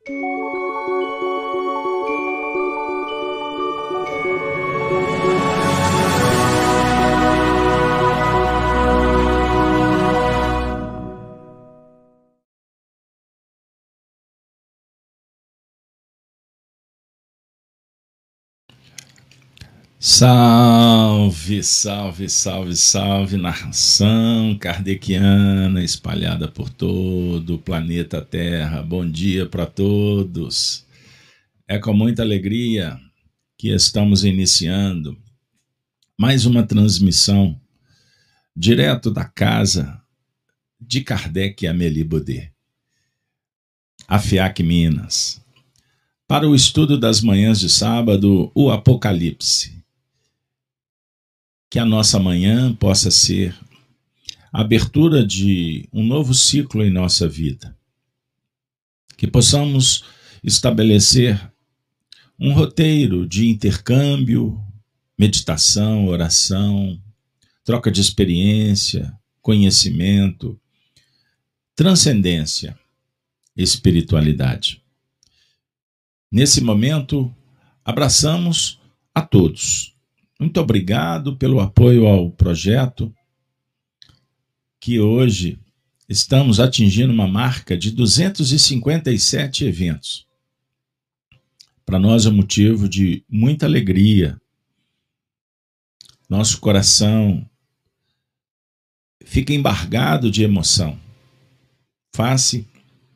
Salve, salve, salve, salve, nação kardeciana espalhada por todo o planeta Terra. Bom dia para todos. É com muita alegria que estamos iniciando mais uma transmissão direto da casa de Kardec e Amélie Baudet, a FIAC Minas, para o estudo das manhãs de sábado, o Apocalipse. Que a nossa manhã possa ser a abertura de um novo ciclo em nossa vida. Que possamos estabelecer um roteiro de intercâmbio, meditação, oração, troca de experiência, conhecimento, transcendência, espiritualidade. Nesse momento, abraçamos a todos. Muito obrigado pelo apoio ao projeto, que hoje estamos atingindo uma marca de 257 eventos. Para nós é um motivo de muita alegria. Nosso coração fica embargado de emoção face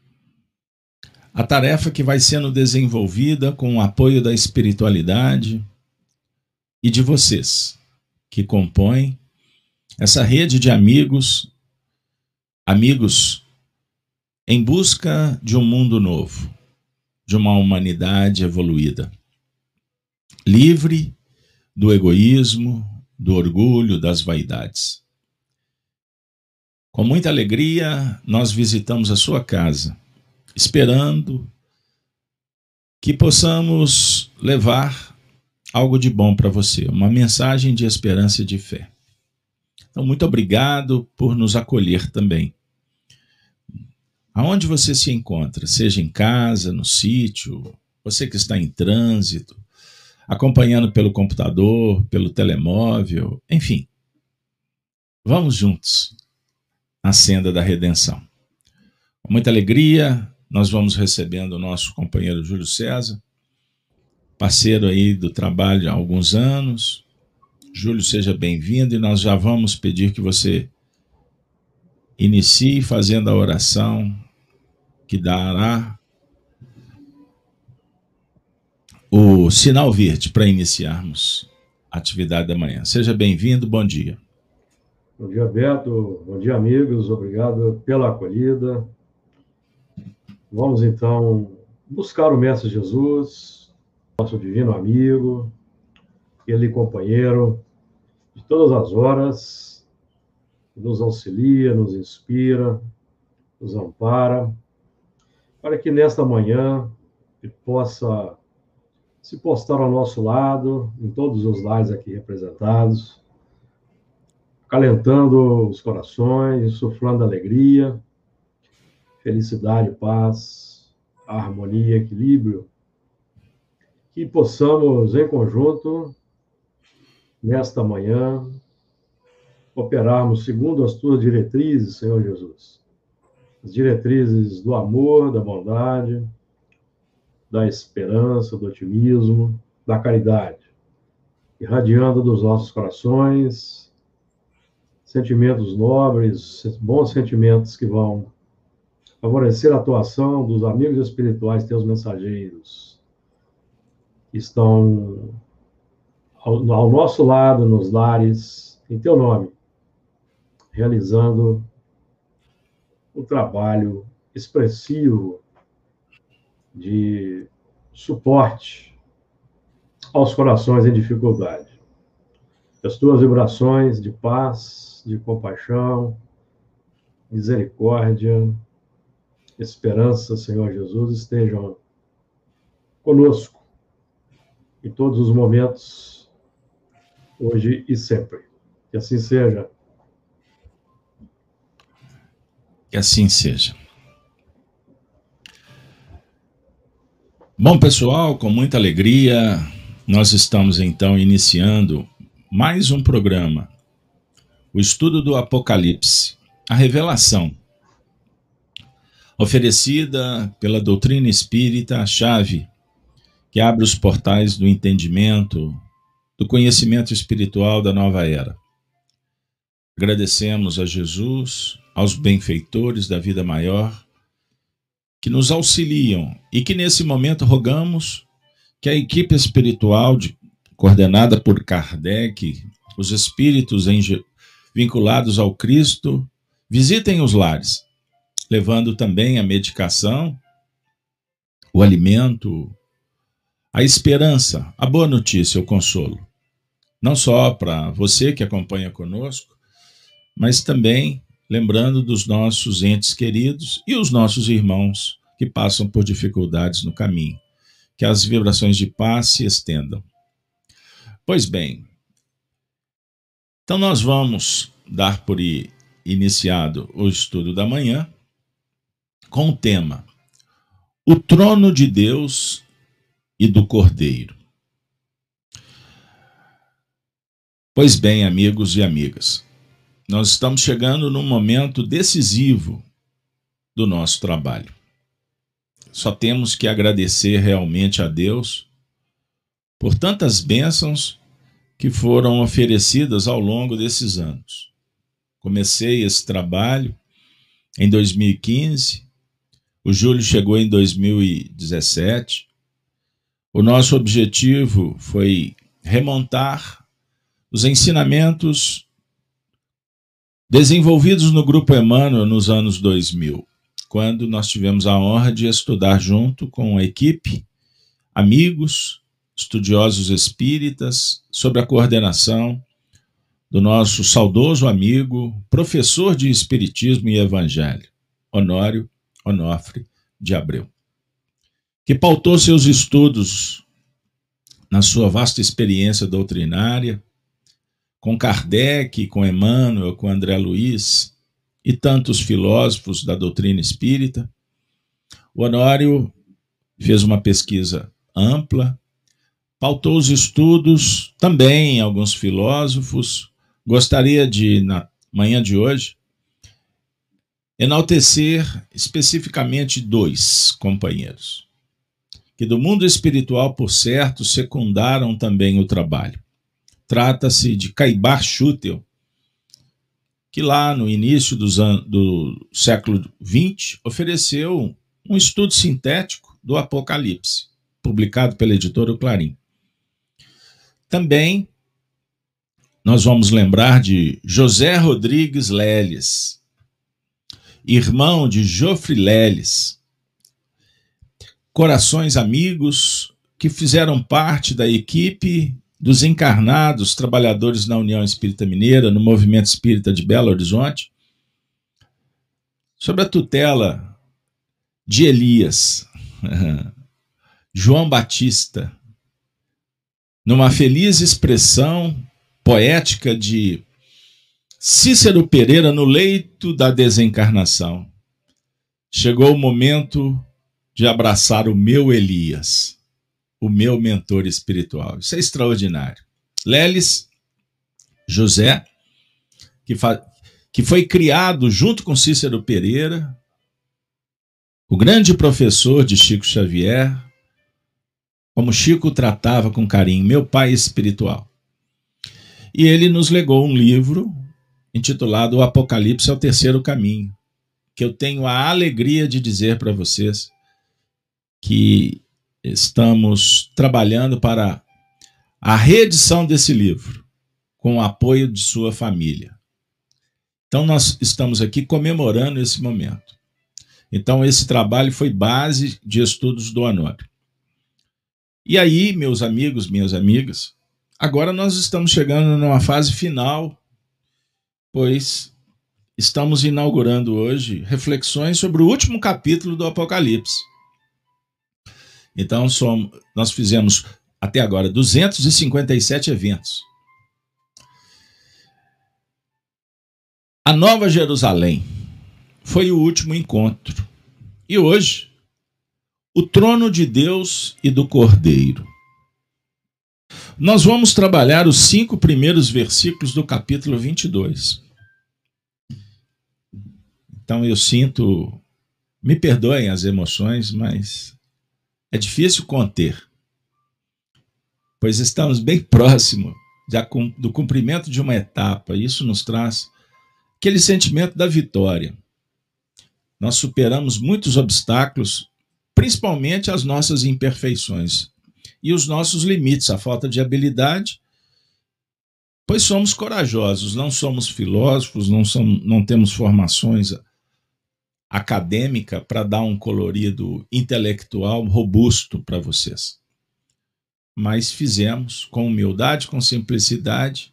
à tarefa que vai sendo desenvolvida com o apoio da espiritualidade e de vocês, que compõem essa rede de amigos em busca de um mundo novo, de uma humanidade evoluída, livre do egoísmo, do orgulho, das vaidades. Com muita alegria, nós visitamos a sua casa, esperando que possamos levar algo de bom para você, uma mensagem de esperança e de fé. Então, muito obrigado por nos acolher também. Aonde você se encontra, seja em casa, no sítio, você que está em trânsito, acompanhando pelo computador, pelo telemóvel, enfim. Vamos juntos na senda da redenção. Com muita alegria, nós vamos recebendo o nosso companheiro Júlio César, parceiro aí do trabalho há alguns anos. Júlio, seja bem-vindo e nós já vamos pedir que você inicie fazendo a oração que dará o sinal verde para iniciarmos a atividade da manhã. Seja bem-vindo, bom dia. Bom dia, Beto. Bom dia, amigos. Obrigado pela acolhida. Vamos, então, buscar o Mestre Jesus, nosso divino amigo, ele companheiro de todas as horas, que nos auxilia, nos inspira, nos ampara, para que nesta manhã ele possa se postar ao nosso lado, em todos os lares aqui representados, acalentando os corações, insuflando alegria, felicidade, paz, harmonia, equilíbrio, que possamos, em conjunto, nesta manhã, operarmos segundo as tuas diretrizes, Senhor Jesus. As diretrizes do amor, da bondade, da esperança, do otimismo, da caridade, irradiando dos nossos corações sentimentos nobres, bons sentimentos que vão favorecer a atuação dos amigos espirituais, teus mensageiros, que estão ao nosso lado, nos lares, em teu nome, realizando um trabalho expressivo de suporte aos corações em dificuldade. As tuas vibrações de paz, de compaixão, misericórdia, esperança, Senhor Jesus, estejam conosco em todos os momentos, hoje e sempre. Que assim seja. Que assim seja. Bom, pessoal, com muita alegria, nós estamos então iniciando mais um programa, o estudo do Apocalipse, a revelação, oferecida pela doutrina espírita, a chave que abre os portais do entendimento, do conhecimento espiritual da nova era. Agradecemos a Jesus, aos benfeitores da vida maior, que nos auxiliam e que nesse momento rogamos que a equipe espiritual coordenada por Kardec, os espíritos vinculados ao Cristo, visitem os lares, levando também a medicação, o alimento, a esperança, a boa notícia, o consolo. Não só para você que acompanha conosco, mas também lembrando dos nossos entes queridos e os nossos irmãos que passam por dificuldades no caminho. Que as vibrações de paz se estendam. Pois bem, então nós vamos dar por iniciado o estudo da manhã com o tema O Trono de Deus e do Cordeiro. Pois bem, amigos e amigas, nós estamos chegando num momento decisivo do nosso trabalho. Só temos que agradecer realmente a Deus por tantas bênçãos que foram oferecidas ao longo desses anos. Comecei esse trabalho em 2015, o Júlio chegou em 2017. O nosso objetivo foi remontar os ensinamentos desenvolvidos no Grupo Emmanuel nos anos 2000, quando nós tivemos a honra de estudar junto com a equipe, amigos, estudiosos espíritas, sob a coordenação do nosso saudoso amigo, professor de Espiritismo e Evangelho, Honório Onofre de Abreu, que pautou seus estudos na sua vasta experiência doutrinária, com Kardec, com Emmanuel, com André Luiz e tantos filósofos da doutrina espírita. O Honório fez uma pesquisa ampla, pautou os estudos também em alguns filósofos. Gostaria de, na manhã de hoje, enaltecer especificamente dois companheiros, que do mundo espiritual, por certo, secundaram também o trabalho. Trata-se de Caibar Schutel, que lá no início do século XX ofereceu um estudo sintético do Apocalipse, publicado pela editora O Clarim. Também nós vamos lembrar de José Rodrigues Leles, irmão de Jofre Leles, corações amigos que fizeram parte da equipe dos encarnados trabalhadores na União Espírita Mineira, no Movimento Espírita de Belo Horizonte, sob a tutela de Elias, João Batista, numa feliz expressão poética de Cícero Pereira no leito da desencarnação. Chegou o momento de abraçar o meu Elias, o meu mentor espiritual. Isso é extraordinário. Leles José, que foi criado junto com Cícero Pereira, o grande professor de Chico Xavier, como Chico tratava com carinho, meu pai espiritual. E ele nos legou um livro intitulado O Apocalipse é o Terceiro Caminho, que eu tenho a alegria de dizer para vocês que estamos trabalhando para a reedição desse livro, com o apoio de sua família. Então, nós estamos aqui comemorando esse momento. Então, esse trabalho foi base de estudos do Honório. E aí, meus amigos, minhas amigas, agora nós estamos chegando numa fase final, pois estamos inaugurando hoje reflexões sobre o último capítulo do Apocalipse. Então, nós fizemos até agora 257 eventos. A Nova Jerusalém foi o último encontro. E hoje, o trono de Deus e do Cordeiro. Nós vamos trabalhar os 5 primeiros versículos do capítulo 22. Então eu sinto, me perdoem as emoções, mas é difícil conter, pois estamos bem próximos do cumprimento de uma etapa. Isso nos traz aquele sentimento da vitória. Nós superamos muitos obstáculos, principalmente as nossas imperfeições e os nossos limites, a falta de habilidade, pois somos corajosos, não somos filósofos, não temos formações acadêmica para dar um colorido intelectual robusto para vocês. Mas fizemos com humildade, com simplicidade,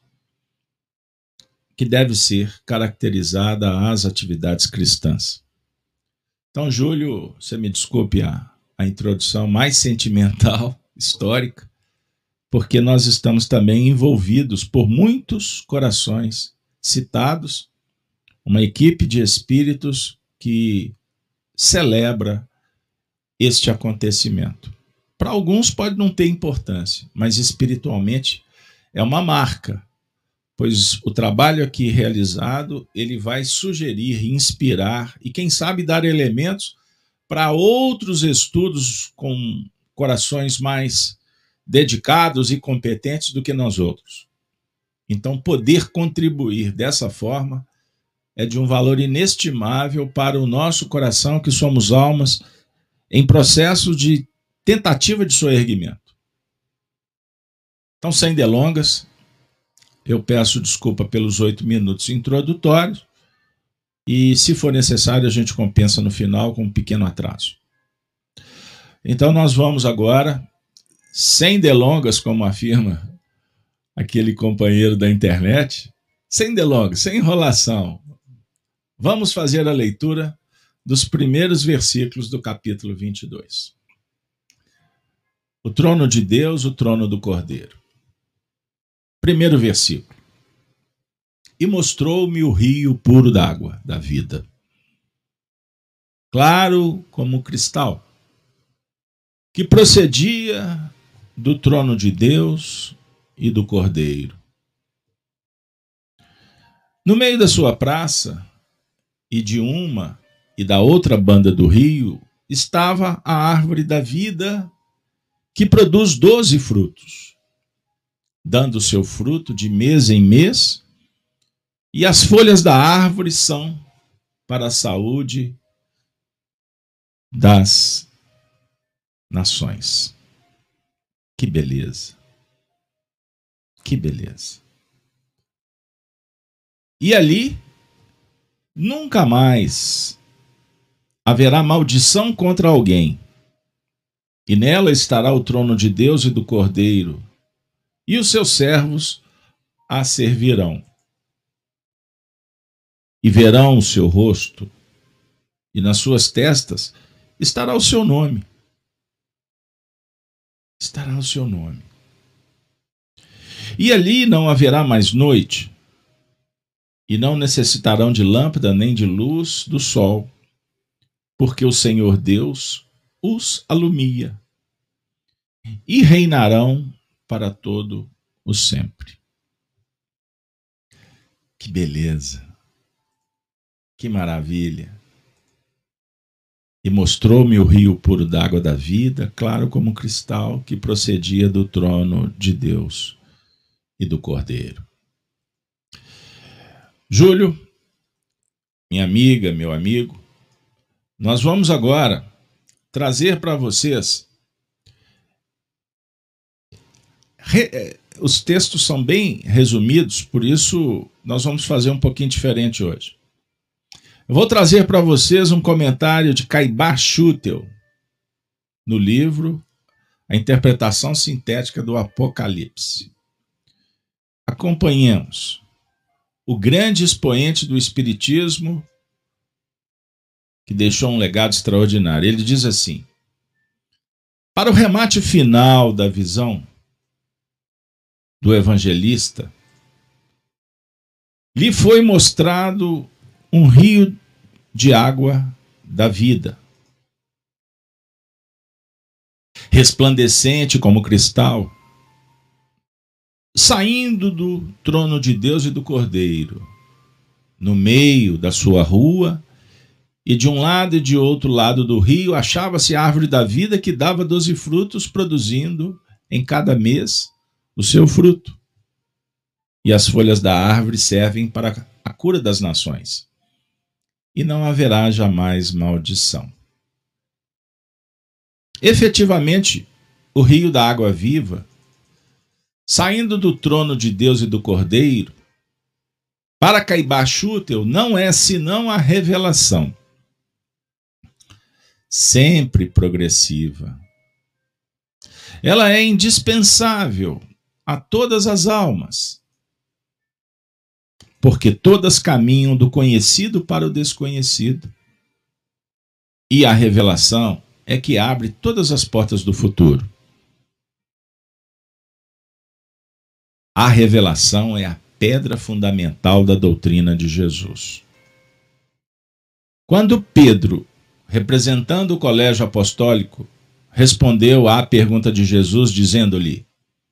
que deve ser caracterizada às atividades cristãs. Então, Júlio, você me desculpe a introdução mais sentimental, histórica, porque nós estamos também envolvidos por muitos corações citados, uma equipe de espíritos que celebra este acontecimento. Para alguns pode não ter importância, mas espiritualmente é uma marca, pois o trabalho aqui realizado, ele vai sugerir, inspirar e quem sabe dar elementos para outros estudos com corações mais dedicados e competentes do que nós outros. Então, poder contribuir dessa forma é de um valor inestimável para o nosso coração, que somos almas em processo de tentativa de soerguimento. Então, sem delongas, eu peço desculpa pelos 8 minutos introdutórios e, se for necessário, a gente compensa no final com um pequeno atraso. Então, nós vamos agora, sem delongas, como afirma aquele companheiro da internet, sem delongas, sem enrolação, vamos fazer a leitura dos primeiros versículos do capítulo 22. O trono de Deus, o trono do Cordeiro. Primeiro versículo. E mostrou-me o rio puro d'água da vida, claro como cristal, que procedia do trono de Deus e do Cordeiro. No meio da sua praça, e de uma e da outra banda do rio, estava a árvore da vida, que produz 12 frutos, dando seu fruto de mês em mês, e as folhas da árvore são para a saúde das nações. Que beleza! Que beleza! E ali nunca mais haverá maldição contra alguém, e nela estará o trono de Deus e do Cordeiro, e os seus servos a servirão. E verão o seu rosto, e nas suas testas estará o seu nome. Estará o seu nome. E ali não haverá mais noite, e não necessitarão de lâmpada nem de luz do sol, porque o Senhor Deus os alumia, e reinarão para todo o sempre. Que beleza! Que maravilha! E mostrou-me o rio puro d'água da vida, claro como cristal, que procedia do trono de Deus e do Cordeiro. Júlio, minha amiga, meu amigo, nós vamos agora trazer para vocês. Os textos são bem resumidos, por isso nós vamos fazer um pouquinho diferente hoje. Eu vou trazer para vocês um comentário de Caibar Schutel, no livro A Interpretação Sintética do Apocalipse. Acompanhemos o grande expoente do Espiritismo, que deixou um legado extraordinário. Ele diz assim: para o remate final da visão do evangelista, lhe foi mostrado um rio de água da vida, resplandecente como cristal, saindo do trono de Deus e do Cordeiro, no meio da sua rua, e de um lado e de outro lado do rio achava-se a árvore da vida, que dava 12 frutos, produzindo em cada mês o seu fruto. E as folhas da árvore servem para a cura das nações. E não haverá jamais maldição. Efetivamente, o rio da água viva, saindo do trono de Deus e do Cordeiro, para Caibaxútel, não é senão a revelação, sempre progressiva. Ela é indispensável a todas as almas, porque todas caminham do conhecido para o desconhecido. E a revelação é que abre todas as portas do futuro. A revelação é a pedra fundamental da doutrina de Jesus. Quando Pedro, representando o colégio apostólico, respondeu à pergunta de Jesus, dizendo-lhe: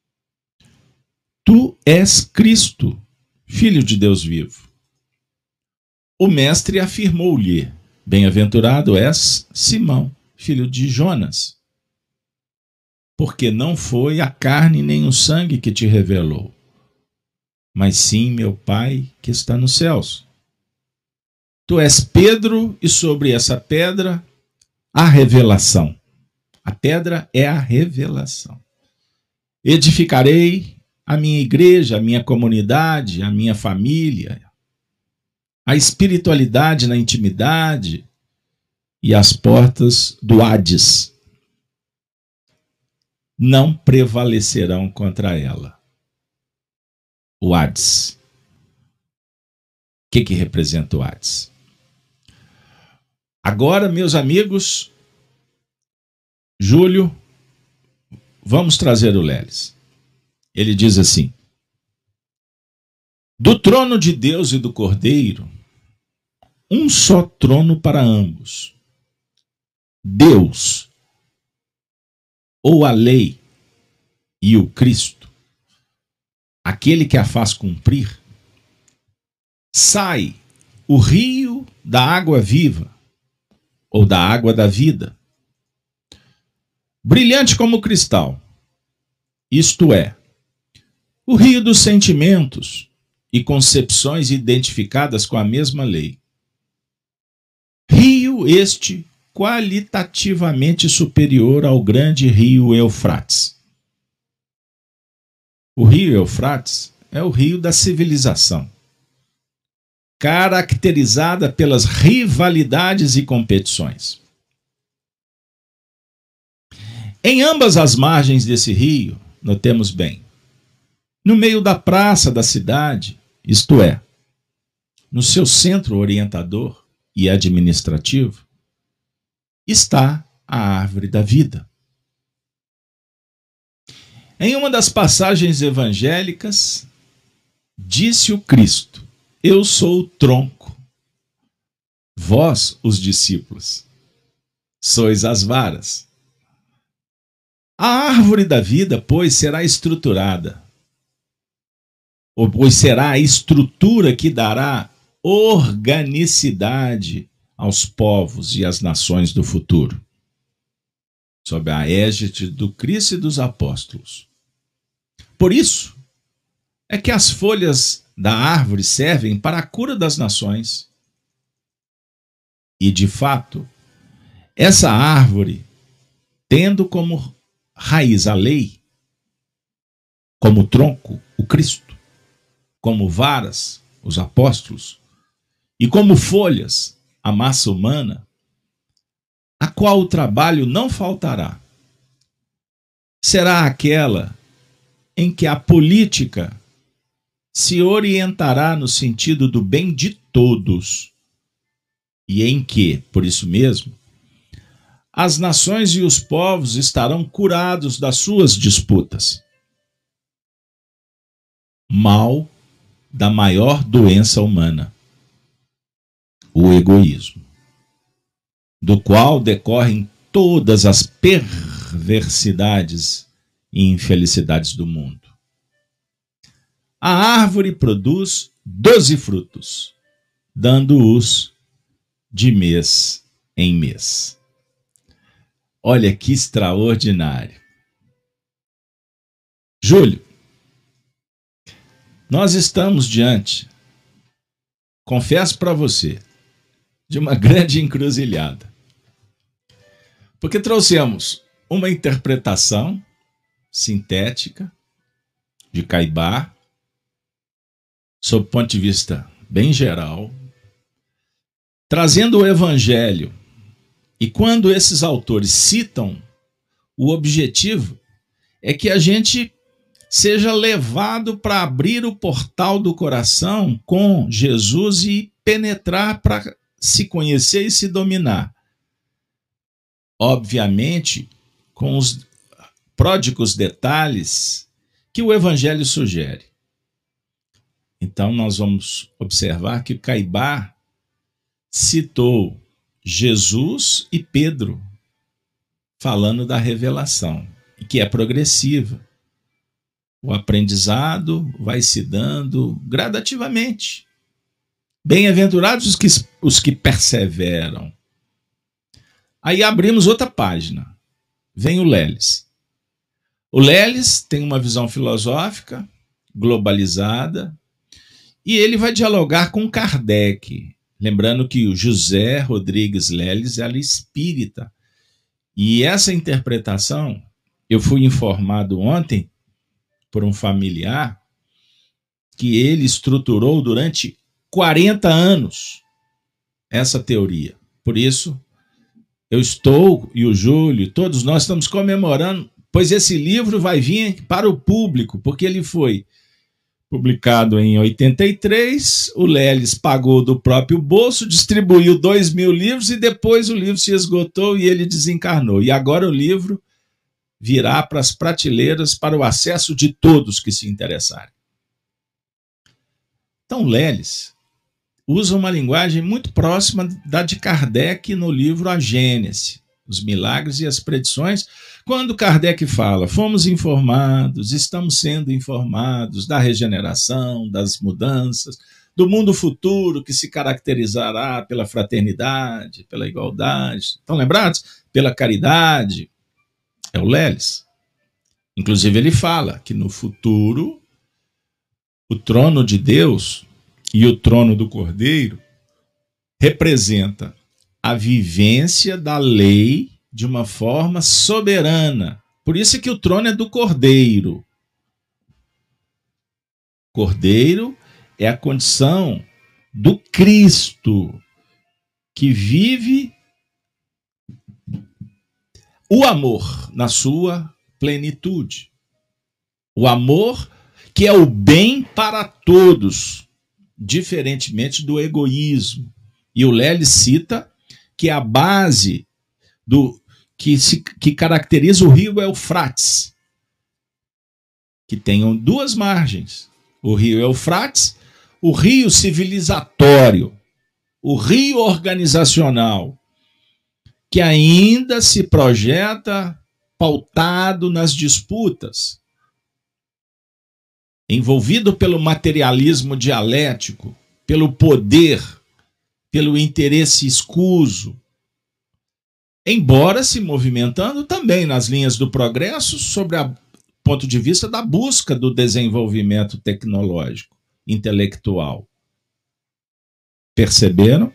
Tu és Cristo, Filho de Deus vivo. O mestre afirmou-lhe: Bem-aventurado és Simão, filho de Jonas, porque não foi a carne nem o sangue que te revelou, mas sim meu Pai que está nos céus. Tu és Pedro, e sobre essa pedra a revelação. A pedra é a revelação. Edificarei a minha igreja, a minha comunidade, a minha família, a espiritualidade na intimidade e as portas do Hades não prevalecerão contra ela. O Hades. O que representa o Hades? Agora, meus amigos, Júlio, vamos trazer o Leles. Ele diz assim: do trono de Deus e do Cordeiro, um só trono para ambos. Deus, ou a lei, e o Cristo, aquele que a faz cumprir, sai o rio da água viva, ou da água da vida, brilhante como cristal, isto é, o rio dos sentimentos e concepções identificadas com a mesma lei. Rio este qualitativamente superior ao grande rio Eufrates. O rio Eufrates é o rio da civilização, caracterizada pelas rivalidades e competições. Em ambas as margens desse rio, notemos bem, no meio da praça da cidade, isto é, no seu centro orientador e administrativo, está a árvore da vida. Em uma das passagens evangélicas, disse o Cristo: Eu sou o tronco, vós, os discípulos, sois as varas. A árvore da vida, pois, será estruturada, ou pois será a estrutura que dará organicidade aos povos e às nações do futuro, sob a égide do Cristo e dos apóstolos. Por isso é que as folhas da árvore servem para a cura das nações. E, de fato, essa árvore, tendo como raiz a lei, como tronco o Cristo, como varas os apóstolos, e como folhas a massa humana, a qual o trabalho não faltará, será aquela em que a política se orientará no sentido do bem de todos, e em que, por isso mesmo, as nações e os povos estarão curados das suas disputas. Mal da maior doença humana, o egoísmo, do qual decorrem todas as perversões perversidades e infelicidades do mundo. A árvore produz 12 frutos, dando-os de mês em mês. Olha que extraordinário. Júlio, nós estamos diante, confesso para você, de uma grande encruzilhada. Porque trouxemos uma interpretação sintética de Caibá, sob o ponto de vista bem geral, trazendo o Evangelho. E quando esses autores citam, o objetivo é que a gente seja levado para abrir o portal do coração com Jesus e penetrar para se conhecer e se dominar. Obviamente, com os pródigos detalhes que o Evangelho sugere. Então, nós vamos observar que Caibá citou Jesus e Pedro, falando da revelação, que é progressiva. O aprendizado vai se dando gradativamente. Bem-aventurados os que perseveram. Aí abrimos outra página. Vem o Leles. O Leles tem uma visão filosófica, globalizada, e ele vai dialogar com Kardec. Lembrando que o José Rodrigues Leles era espírita. E essa interpretação, eu fui informado ontem por um familiar que ele estruturou durante 40 anos essa teoria. Por isso, eu estou, e o Júlio, todos nós estamos comemorando, pois esse livro vai vir para o público, porque ele foi publicado em 83, o Leles pagou do próprio bolso, distribuiu 2.000 livros e depois o livro se esgotou e ele desencarnou. E agora o livro virá para as prateleiras para o acesso de todos que se interessarem. Então, Leles usa uma linguagem muito próxima da de Kardec no livro A Gênese, os milagres e as predições, quando Kardec fala, fomos informados, estamos sendo informados da regeneração, das mudanças, do mundo futuro que se caracterizará pela fraternidade, pela igualdade. Estão lembrados? Pela caridade. É o Leles. Inclusive ele fala que no futuro o trono de Deus e o trono do Cordeiro representa a vivência da lei de uma forma soberana. Por isso é que o trono é do Cordeiro. Cordeiro é a condição do Cristo que vive o amor na sua plenitude. O amor que é o bem para todos, diferentemente do egoísmo. E o Leles cita que a base que caracteriza o rio Eufrates, que tem duas margens. O rio Eufrates, o rio civilizatório, o rio organizacional, que ainda se projeta pautado nas disputas, envolvido pelo materialismo dialético, pelo poder, pelo interesse escuso, embora se movimentando também nas linhas do progresso sobre o ponto de vista da busca do desenvolvimento tecnológico, intelectual. Perceberam?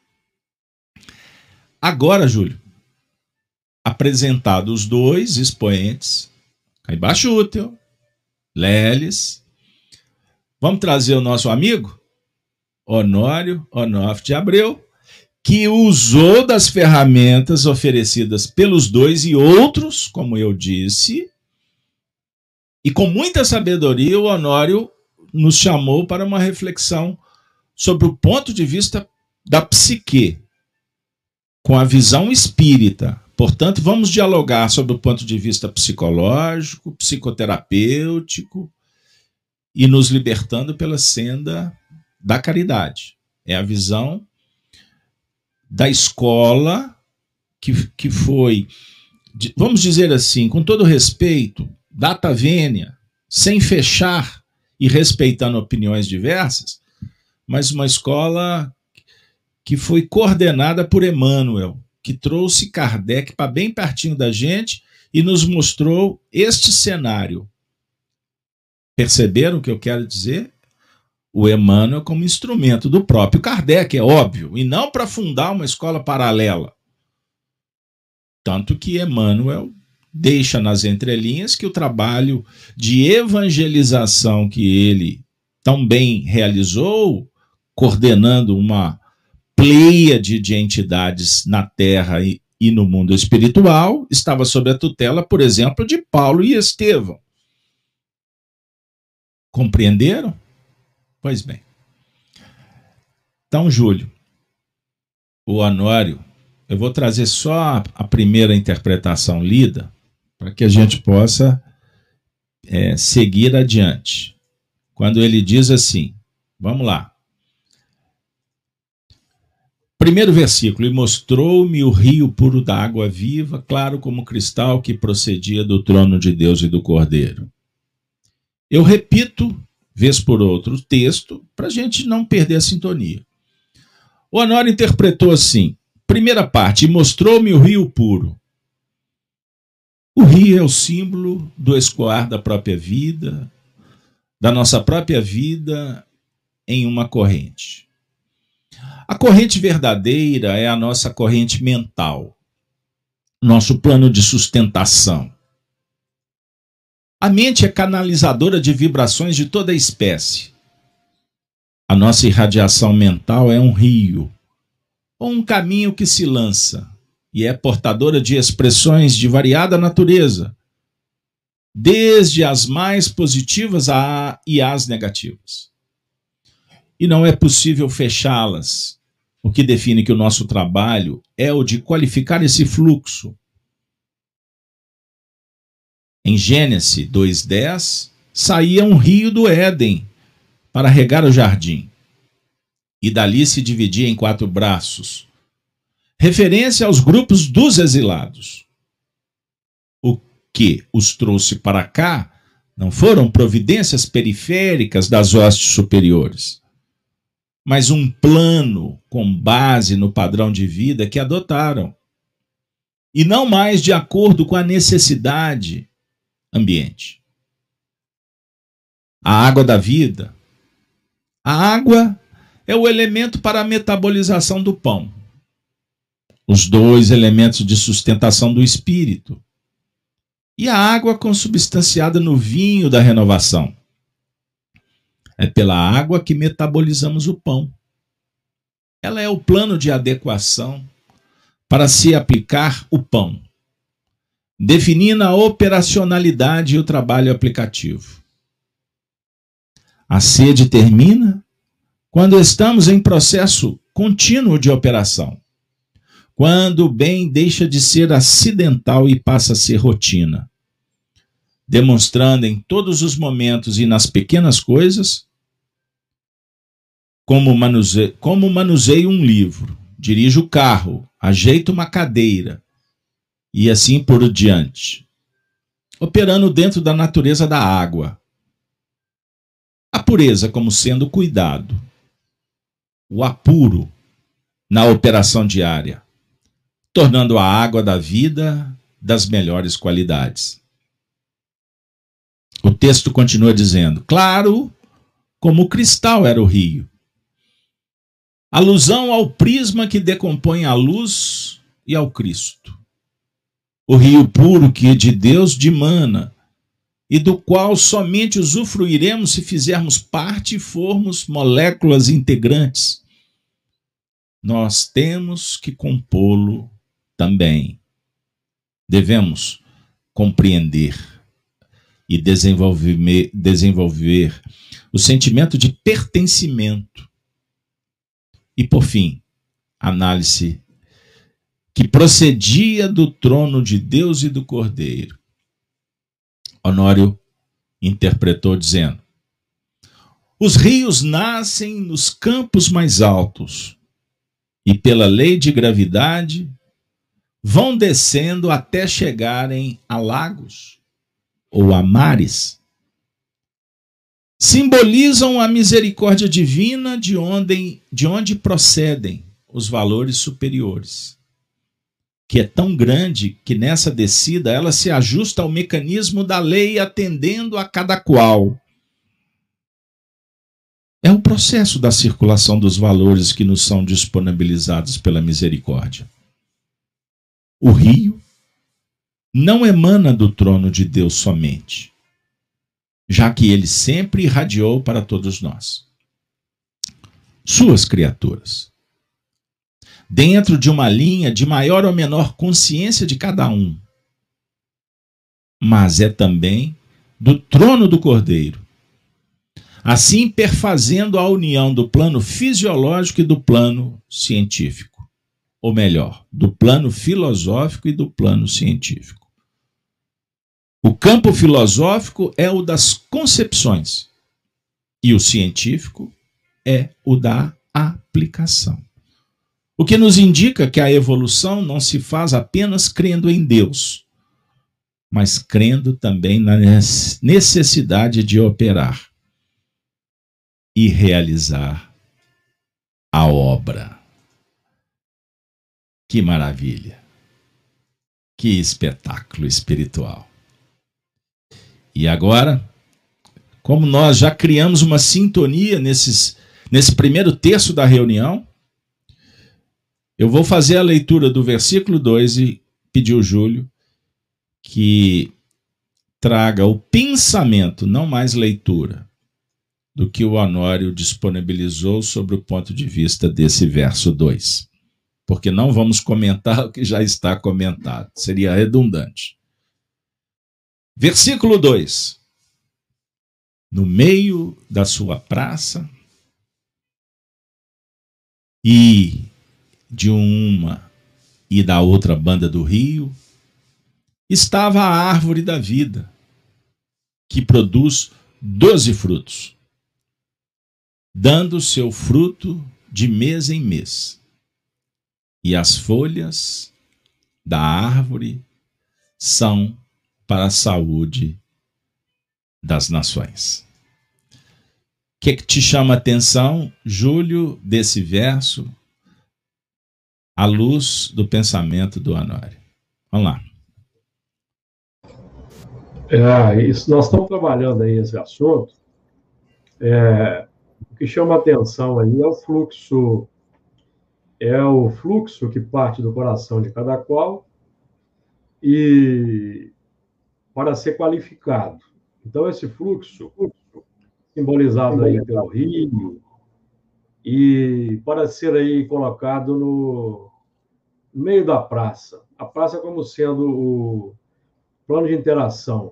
Agora, Júlio, apresentados os dois expoentes, Caibá Schutel, Leles, vamos trazer o nosso amigo Honório Onofre de Abreu, que usou das ferramentas oferecidas pelos dois e outros, como eu disse, e com muita sabedoria o Honório nos chamou para uma reflexão sobre o ponto de vista da psique, com a visão espírita. Portanto, vamos dialogar sobre o ponto de vista psicológico, psicoterapêutico e nos libertando pela senda da caridade. É a visão da escola que foi vamos dizer assim, com todo respeito, data vênia, sem fechar e respeitando opiniões diversas, mas uma escola que foi coordenada por Emmanuel, que trouxe Kardec para bem pertinho da gente e nos mostrou este cenário. Perceberam o que eu quero dizer? O Emmanuel como instrumento do próprio Kardec, é óbvio, e não para fundar uma escola paralela. Tanto que Emmanuel deixa nas entrelinhas que o trabalho de evangelização que ele tão bem realizou, coordenando uma pleiade de entidades na Terra e no mundo espiritual, estava sob a tutela, por exemplo, de Paulo e Estevão. Compreenderam? Pois bem. Então, Júlio, o Honório, eu vou trazer só a primeira interpretação lida para que a gente possa seguir adiante. Quando ele diz assim, vamos lá. Primeiro versículo, e mostrou-me o rio puro da água viva, claro como cristal, que procedia do trono de Deus e do Cordeiro. Eu repito, vez por outra, o texto, para a gente não perder a sintonia. O Honório interpretou assim, primeira parte, e mostrou-me o rio puro. O rio é o símbolo do escoar da própria vida, da nossa própria vida em uma corrente. A corrente verdadeira é a nossa corrente mental, nosso plano de sustentação. A mente é canalizadora de vibrações de toda espécie. A nossa irradiação mental é um rio, ou um caminho que se lança, e é portadora de expressões de variada natureza, desde as mais positivas e as negativas. E não é possível fechá-las, o que define que o nosso trabalho é o de qualificar esse fluxo. Em Gênesis 2:10, saía um rio do Éden para regar o jardim, e dali se dividia em 4 braços, referência aos grupos dos exilados. O que os trouxe para cá não foram providências periféricas das hostes superiores, mas um plano com base no padrão de vida que adotaram, e não mais de acordo com a necessidade ambiente. A água da vida. A água é o elemento para a metabolização do pão. Os 2 elementos de sustentação do espírito. E a água consubstanciada no vinho da renovação. É pela água que metabolizamos o pão. Ela é o plano de adequação para se aplicar o pão, definindo a operacionalidade e o trabalho aplicativo. A sede termina quando estamos em processo contínuo de operação, quando o bem deixa de ser acidental e passa a ser rotina, demonstrando em todos os momentos e nas pequenas coisas como manuseio um livro, dirijo o carro, ajeito uma cadeira e assim por diante, operando dentro da natureza da água. A pureza como sendo cuidado, o apuro na operação diária, tornando a água da vida das melhores qualidades. O texto continua dizendo, claro, como o cristal era o rio. Alusão ao prisma que decompõe a luz e ao Cristo. O rio puro que de Deus dimana e do qual somente usufruiremos se fizermos parte e formos moléculas integrantes. Nós temos que compô-lo também. Devemos compreender e desenvolver o sentimento de pertencimento. E, por fim, análise que procedia do trono de Deus e do Cordeiro. Honório interpretou dizendo, os rios nascem nos campos mais altos e, pela lei de gravidade, vão descendo até chegarem a lagos ou a mares. Simbolizam a misericórdia divina de onde procedem os valores superiores, que é tão grande que nessa descida ela se ajusta ao mecanismo da lei, atendendo a cada qual. É o processo da circulação dos valores que nos são disponibilizados pela misericórdia. O rio não emana do trono de Deus somente, já que ele sempre irradiou para todos nós, suas criaturas, dentro de uma linha de maior ou menor consciência de cada um, mas é também do trono do Cordeiro, assim perfazendo a união do plano fisiológico e do plano científico, ou melhor, do plano filosófico e do plano científico. O campo filosófico é o das concepções e o científico é o da aplicação. O que nos indica que a evolução não se faz apenas crendo em Deus, mas crendo também na necessidade de operar e realizar a obra. Que maravilha! Que espetáculo espiritual! E agora, como nós já criamos uma sintonia nesse primeiro terço da reunião, eu vou fazer a leitura do versículo 2 e pedir ao Júlio que traga o pensamento, não mais leitura, do que o Honório disponibilizou sobre o ponto de vista desse verso 2. Porque não vamos comentar o que já está comentado, seria redundante. Versículo 2. No meio da sua praça e de uma e da outra banda do rio, estava a árvore da vida, que produz 12 frutos, dando seu fruto de mês em mês. E as folhas da árvore são para a saúde das nações. O que te chama a atenção, Júlio, desse verso, à luz do pensamento do Honório? Vamos lá. Isso, nós estamos trabalhando aí esse assunto. O que chama a atenção aí é o fluxo que parte do coração de cada qual e para ser qualificado. Então, esse fluxo, simbolizado aí pelo rio, e para ser aí colocado no meio da praça. A praça como sendo o plano de interação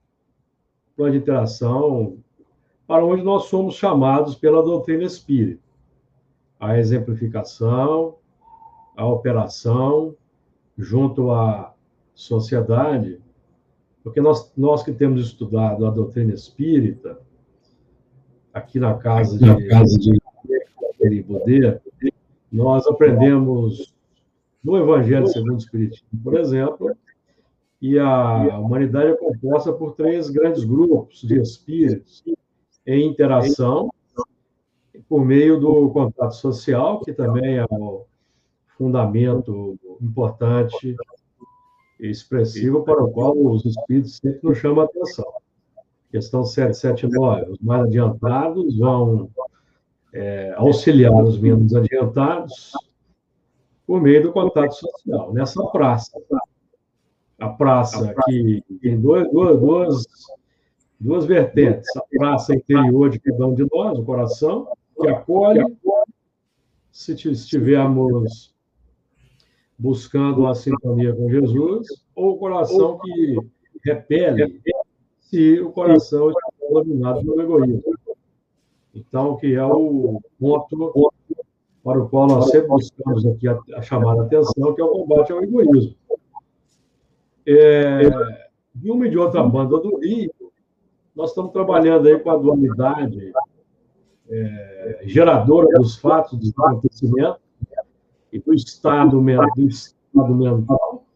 para onde nós somos chamados pela doutrina espírita. A exemplificação, a operação, junto à sociedade, porque nós que temos estudado a doutrina espírita, aqui na casa de Poder, nós aprendemos no Evangelho segundo o Espiritismo, por exemplo, e a humanidade é composta por 3 grandes grupos de espíritos em interação, por meio do contato social, que também é um fundamento importante e expressivo para o qual os espíritos sempre nos chamam a atenção. Questão 779, os mais adiantados vão auxiliar os menos adiantados por meio do contato social. Nessa praça, a praça que tem duas vertentes, a praça interior de cada um de nós, o coração, que acolhe, se estivermos buscando a sintonia com Jesus, ou o coração que repele, se o coração está dominado pelo egoísmo. Então, que é o ponto para o qual nós sempre buscamos aqui a chamar a atenção, que é o combate ao egoísmo. De uma e de outra banda do rio, nós estamos trabalhando aí com a dualidade geradora dos fatos, dos acontecimentos, e do estado mental,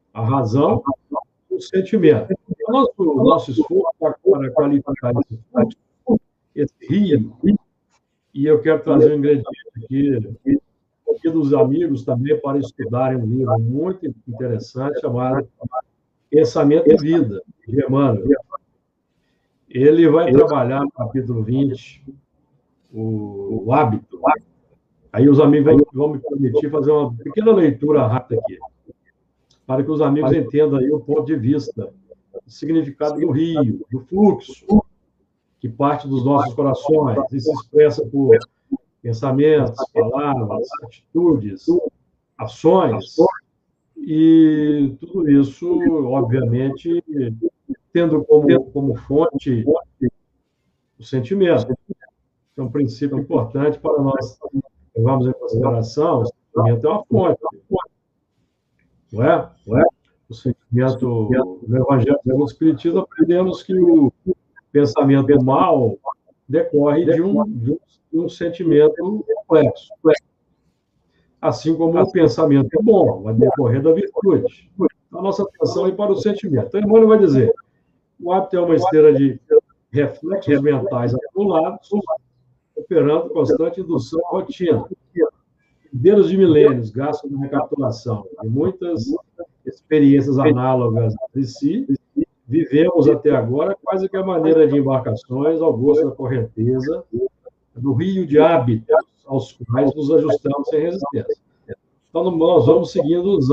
a razão e o sentimento. O nosso esforço para qualificar esse rio, e eu quero trazer um ingrediente aqui dos amigos também para estudarem um livro muito interessante chamado Pensamento e Vida, de Emmanuel. Ele vai trabalhar no capítulo 20, o hábito. Aí os amigos vão me permitir fazer uma pequena leitura rápida aqui, para que os amigos entendam aí o ponto de vista, o significado do rio, do fluxo, que parte dos nossos corações e se expressa por pensamentos, palavras, atitudes, ações, e tudo isso, obviamente, tendo como fonte o sentimento. É um princípio importante para nós levarmos em consideração. O sentimento é uma fonte, não é? O sentimento, no Evangelho do Espiritismo, aprendemos que o pensamento mal decorre de um sentimento complexo. Assim como o pensamento bom vai decorrer da virtude. A nossa atenção é para o sentimento. Então, Emmanuel vai dizer, o hábito é uma esteira de reflexos mentais acumulados, operando constante indução à rotina. Herdeiros de milênios gastam na recapitulação de muitas experiências análogas entre si, vivemos até agora quase que a maneira de embarcações ao gosto da correnteza do rio de hábitos aos quais nos ajustamos sem resistência. Então, nós vamos seguindo os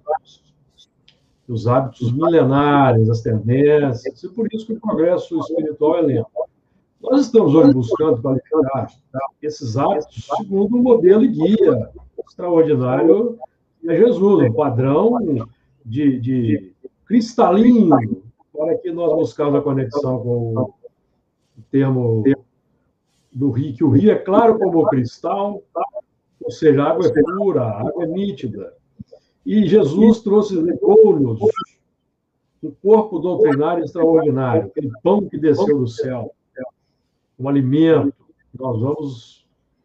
hábitos milenares, as tendências, e por isso que o progresso espiritual é lento. Nós estamos hoje buscando qualificar esses hábitos segundo um modelo e guia extraordinário que é Jesus, um padrão de cristalino, para que nós buscamos a conexão com o termo do rio, que o rio é claro como o cristal, ou seja, a água é pura, a água é nítida. E Jesus legou-nos um corpo doutrinário extraordinário, aquele pão que desceu do céu, um alimento que nós vamos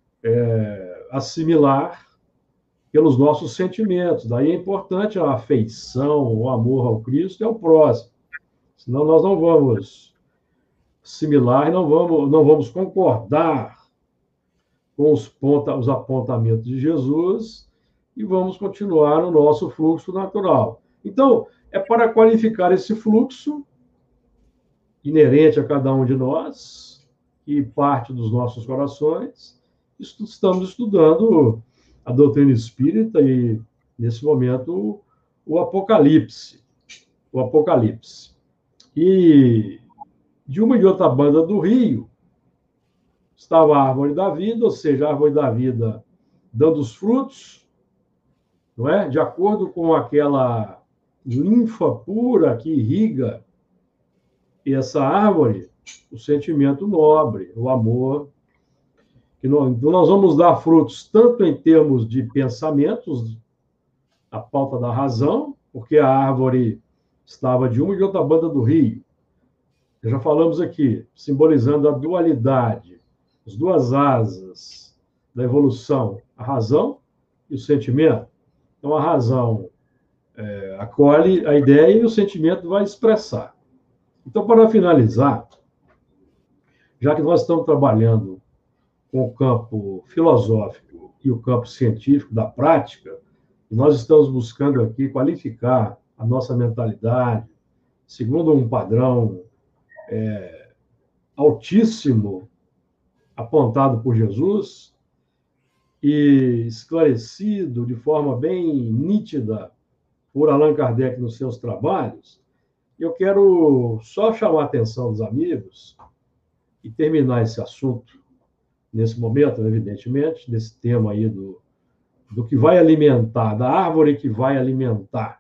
assimilar pelos nossos sentimentos. Daí é importante a afeição, o amor ao Cristo e ao próximo. Senão nós não vamos assimilar e não vamos concordar com os apontamentos de Jesus e vamos continuar no nosso fluxo natural. Então, é para qualificar esse fluxo inerente a cada um de nós e parte dos nossos corações, estamos estudando a doutrina espírita e, nesse momento, o Apocalipse. O Apocalipse. E de uma e outra banda do rio estava a árvore da vida, ou seja, a árvore da vida dando os frutos, não é? De acordo com aquela linfa pura que irriga essa árvore, o sentimento nobre, o amor. Então, nós vamos dar frutos tanto em termos de pensamentos, a pauta da razão, porque a árvore estava de uma e de outra banda do rio. Já falamos aqui, simbolizando a dualidade, as duas asas da evolução, a razão e o sentimento. Então, a razão acolhe a ideia e o sentimento vai expressar. Então, para finalizar, já que nós estamos trabalhando com o campo filosófico e o campo científico da prática, nós estamos buscando aqui qualificar a nossa mentalidade segundo um padrão altíssimo apontado por Jesus e esclarecido de forma bem nítida por Allan Kardec nos seus trabalhos. Eu quero só chamar a atenção dos amigos e terminar esse assunto nesse momento, evidentemente, desse tema aí do que vai alimentar, da árvore que vai alimentar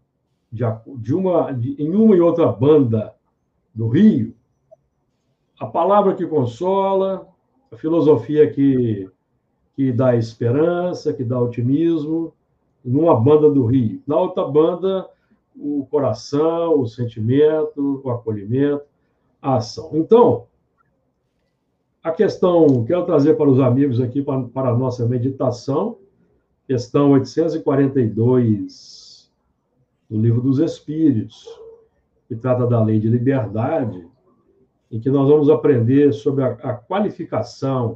em uma e outra banda do rio, a palavra que consola, a filosofia que dá esperança, que dá otimismo, numa banda do rio. Na outra banda, o coração, o sentimento, o acolhimento, a ação. Então, a questão, quero trazer para os amigos aqui, para a nossa meditação, questão 842, no Livro dos Espíritos, que trata da lei de liberdade, em que nós vamos aprender sobre a qualificação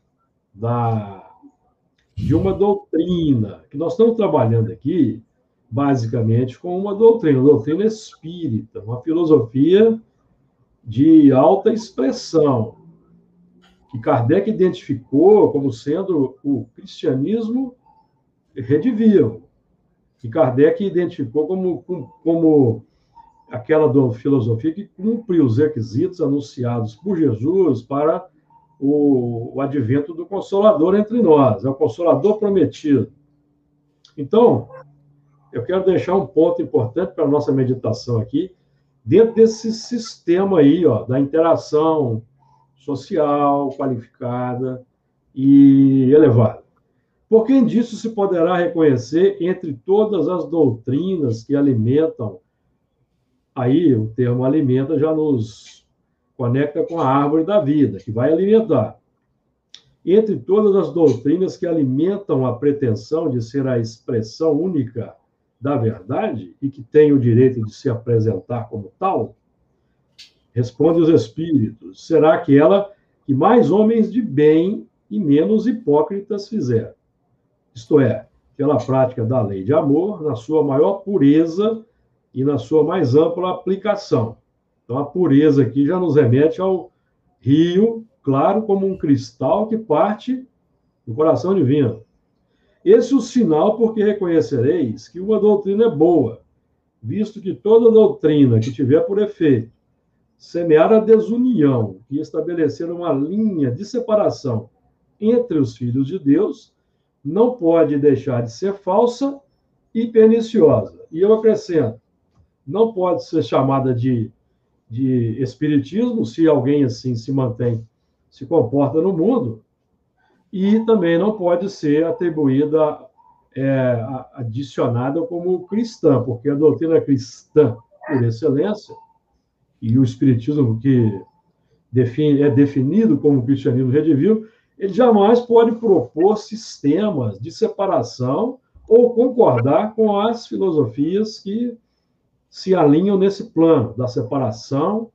de uma doutrina, que nós estamos trabalhando aqui, basicamente, com uma doutrina espírita, uma filosofia de alta expressão, que Kardec identificou como sendo o cristianismo redivivo, que Kardec identificou como aquela filosofia que cumpre os requisitos anunciados por Jesus para o advento do Consolador entre nós, é o Consolador prometido. Então, eu quero deixar um ponto importante para a nossa meditação aqui, dentro desse sistema aí, da interação social, qualificada e elevada. Por que disso se poderá reconhecer entre todas as doutrinas que alimentam, aí o termo alimenta já nos conecta com a árvore da vida, que vai alimentar. Entre todas as doutrinas que alimentam a pretensão de ser a expressão única da verdade e que tem o direito de se apresentar como tal, responde os espíritos, será aquela que mais homens de bem e menos hipócritas fizeram. Isto é, pela prática da lei de amor, na sua maior pureza e na sua mais ampla aplicação. Então, a pureza aqui já nos remete ao rio, claro como um cristal que parte do coração divino. Esse é o sinal porque reconhecereis que uma doutrina é boa, visto que toda doutrina que tiver por efeito semear a desunião e estabelecer uma linha de separação entre os filhos de Deus, não pode deixar de ser falsa e perniciosa. E eu acrescento, não pode ser chamada de espiritismo, se alguém assim se comporta no mundo, e também não pode ser atribuída, adicionada como cristã, porque a doutrina cristã, por excelência, e o espiritismo que é definido como cristianismo redivivo, ele jamais pode propor sistemas de separação ou concordar com as filosofias que se alinham nesse plano da separação,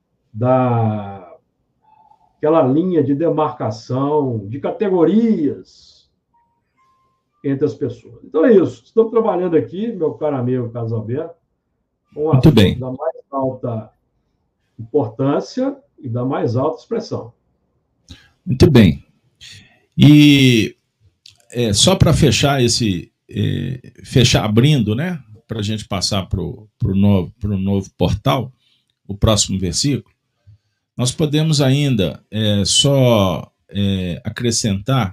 aquela linha de demarcação, de categorias entre as pessoas. Então é isso. Estamos trabalhando aqui, meu caro amigo Carlos Alberto, com um assunto da mais alta importância e da mais alta expressão. Muito bem. E só para fechar fechar abrindo, né, para a gente passar para o novo portal, o próximo versículo, nós podemos ainda só acrescentar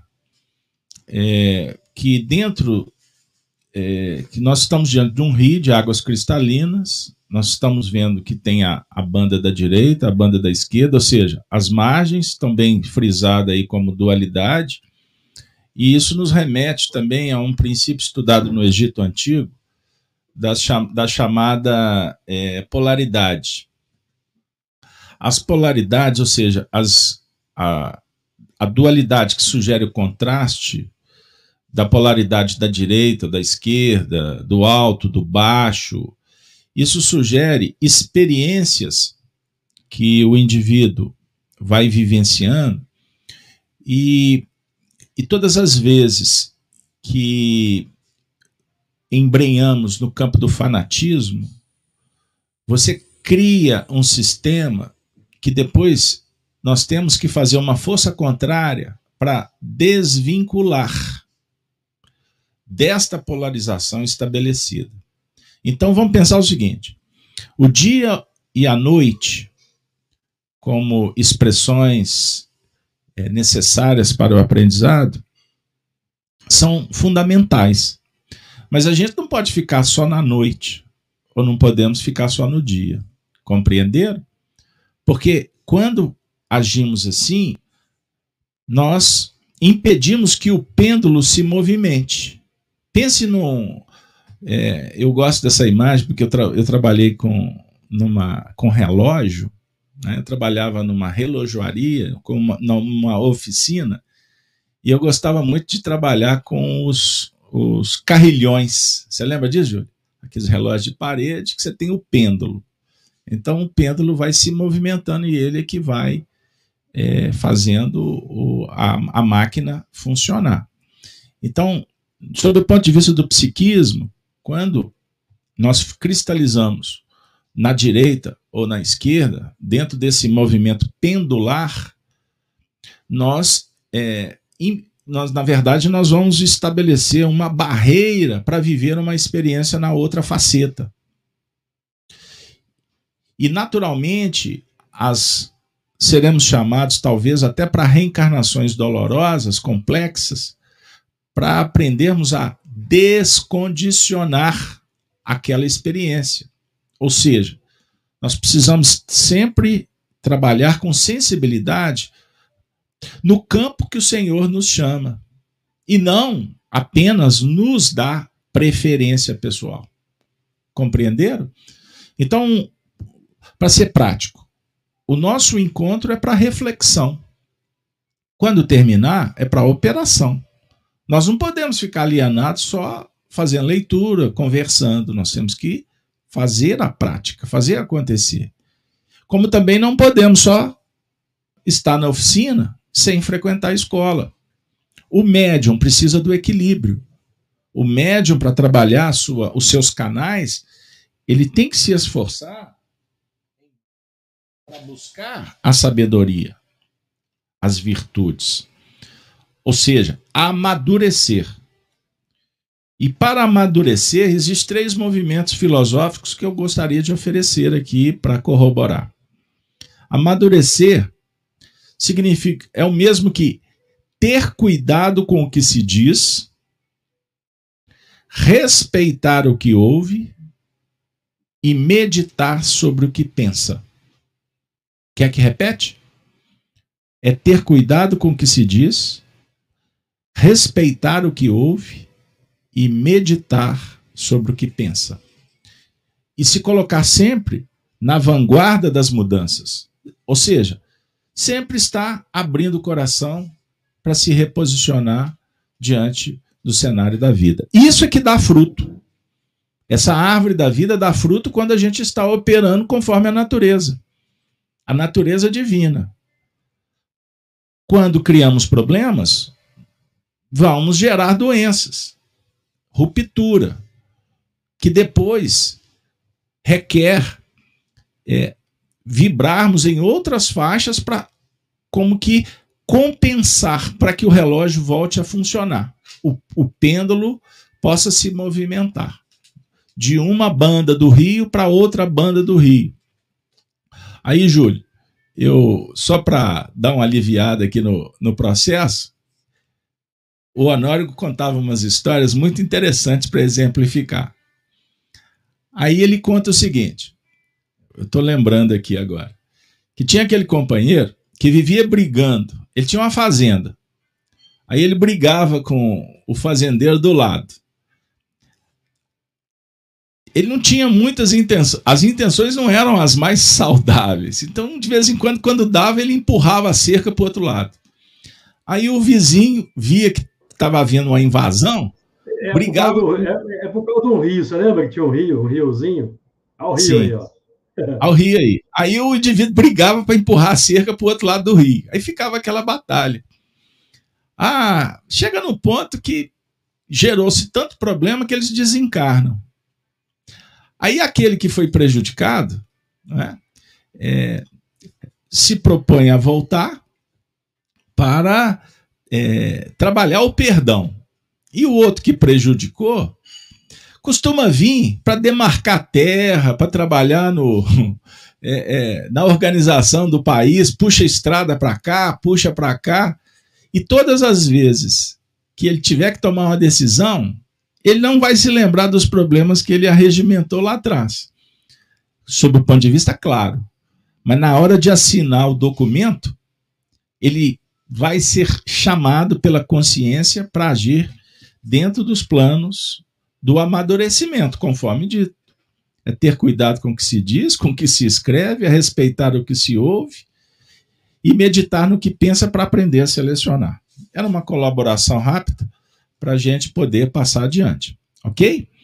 que dentro, que nós estamos diante de um rio de águas cristalinas, nós estamos vendo que tem a banda da direita, a banda da esquerda, ou seja, as margens estão bem frisadas aí como dualidade, e isso nos remete também a um princípio estudado no Egito Antigo, da chamada polaridade. As polaridades, ou seja, a dualidade que sugere o contraste da polaridade da direita, da esquerda, do alto, do baixo, isso sugere experiências que o indivíduo vai vivenciando e todas as vezes que embrenhamos no campo do fanatismo, você cria um sistema que depois nós temos que fazer uma força contrária para desvincular desta polarização estabelecida. Então vamos pensar o seguinte, o dia e a noite, como expressões necessárias para o aprendizado, são fundamentais. Mas a gente não pode ficar só na noite, ou não podemos ficar só no dia. Compreenderam? Porque quando agimos assim, nós impedimos que o pêndulo se movimente. Pense eu gosto dessa imagem porque eu trabalhei com relógio, né? Eu trabalhava numa relojoaria, numa oficina, e eu gostava muito de trabalhar com os carrilhões. Você lembra disso, Júlio? aqueles relógios de parede, que você tem o pêndulo. Então o pêndulo vai se movimentando e ele é que vai fazendo a máquina funcionar. Então, sob o ponto de vista do psiquismo, quando nós cristalizamos na direita ou na esquerda, dentro desse movimento pendular, nós, na verdade, nós vamos estabelecer uma barreira para viver uma experiência na outra faceta. E, naturalmente, seremos chamados, talvez, até para reencarnações dolorosas, complexas, para aprendermos a descondicionar aquela experiência. Ou seja, nós precisamos sempre trabalhar com sensibilidade no campo que o Senhor nos chama e não apenas nos dá preferência pessoal. Compreenderam? Então, para ser prático, o nosso encontro é para reflexão. Quando terminar, é para operação. Nós não podemos ficar alienados só fazendo leitura, conversando. Nós temos que fazer a prática, fazer acontecer. Como também não podemos só estar na oficina sem frequentar a escola. O médium precisa do equilíbrio. O médium, para trabalhar os seus canais, ele tem que se esforçar para buscar a sabedoria, as virtudes. Ou seja, amadurecer. E para amadurecer, existem 3 movimentos filosóficos que eu gostaria de oferecer aqui para corroborar. Amadurecer significa, é o mesmo que ter cuidado com o que se diz, respeitar o que ouve e meditar sobre o que pensa. Quer que repete? É ter cuidado com o que se diz, respeitar o que ouve e meditar sobre o que pensa. E se colocar sempre na vanguarda das mudanças. Ou seja, sempre estar abrindo o coração para se reposicionar diante do cenário da vida. Isso é que dá fruto. Essa árvore da vida dá fruto quando a gente está operando conforme a natureza divina. Quando criamos problemas, vamos gerar doenças, ruptura, que depois requer vibrarmos em outras faixas para como que compensar para que o relógio volte a funcionar. O pêndulo possa se movimentar de uma banda do rio para outra banda do rio. Aí, Júlio, só para dar uma aliviada aqui no processo, o Honório contava umas histórias muito interessantes para exemplificar. Aí ele conta o seguinte, eu estou lembrando aqui agora, que tinha aquele companheiro que vivia brigando, ele tinha uma fazenda, aí ele brigava com o fazendeiro do lado. Ele não tinha muitas intenções, as intenções não eram as mais saudáveis, então de vez em quando, quando dava, ele empurrava a cerca para o outro lado. Aí o vizinho via que estava havendo uma invasão, brigava... Por causa do rio, você lembra que tinha um riozinho? Olha o rio. Sim. Aí, ó. Ao rio aí. Aí o indivíduo brigava para empurrar a cerca para o outro lado do rio. Aí ficava aquela batalha. Chega no ponto que gerou-se tanto problema que eles desencarnam. Aí aquele que foi prejudicado, né, se propõe a voltar para trabalhar o perdão. E o outro que prejudicou costuma vir para demarcar terra, para trabalhar na organização do país, puxa a estrada para cá, puxa para cá, e todas as vezes que ele tiver que tomar uma decisão, ele não vai se lembrar dos problemas que ele arregimentou lá atrás. Sob o ponto de vista claro. Mas na hora de assinar o documento, ele vai ser chamado pela consciência para agir dentro dos planos do amadurecimento, conforme dito. É ter cuidado com o que se diz, com o que se escreve, é respeitar o que se ouve e meditar no que pensa para aprender a selecionar. Era uma colaboração rápida para a gente poder passar adiante, ok? Então,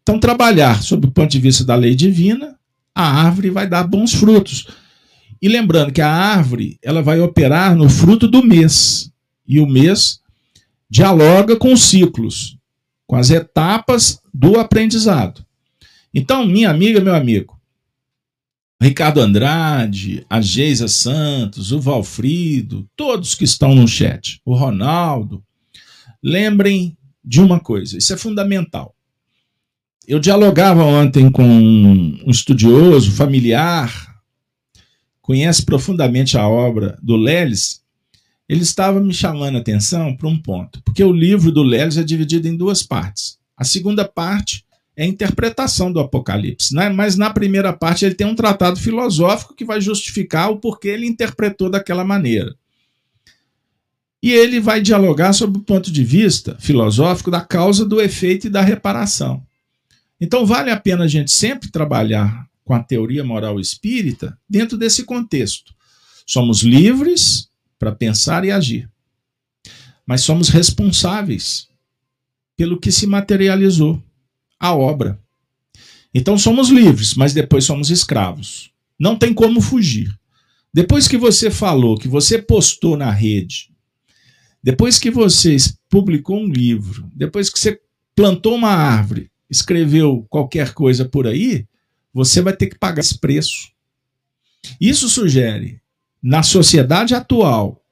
Então, trabalhar sob o ponto de vista da lei divina, a árvore vai dar bons frutos. E lembrando que a árvore ela vai operar no fruto do mês. E o mês dialoga com os ciclos, com as etapas do aprendizado. Então, minha amiga, meu amigo, Ricardo Andrade, a Geisa Santos, o Valfrido, todos que estão no chat, o Ronaldo, lembrem de uma coisa, isso é fundamental. Eu dialogava ontem com um estudioso, familiar, conhece profundamente a obra do Leles. Ele estava me chamando a atenção para um ponto, porque o livro do Leles é dividido em duas partes. A segunda parte é a interpretação do Apocalipse, né? Mas na primeira parte ele tem um tratado filosófico que vai justificar o porquê ele interpretou daquela maneira. E ele vai dialogar sobre o ponto de vista filosófico da causa, do efeito e da reparação. Então vale a pena a gente sempre trabalhar com a teoria moral espírita dentro desse contexto. Somos livres para pensar e agir, mas somos responsáveis pelo que se materializou, a obra. Então somos livres, mas depois somos escravos. Não tem como fugir. Depois que você falou, que você postou na rede, depois que você publicou um livro, depois que você plantou uma árvore, escreveu qualquer coisa por aí, você vai ter que pagar esse preço. Isso sugere, na sociedade atual,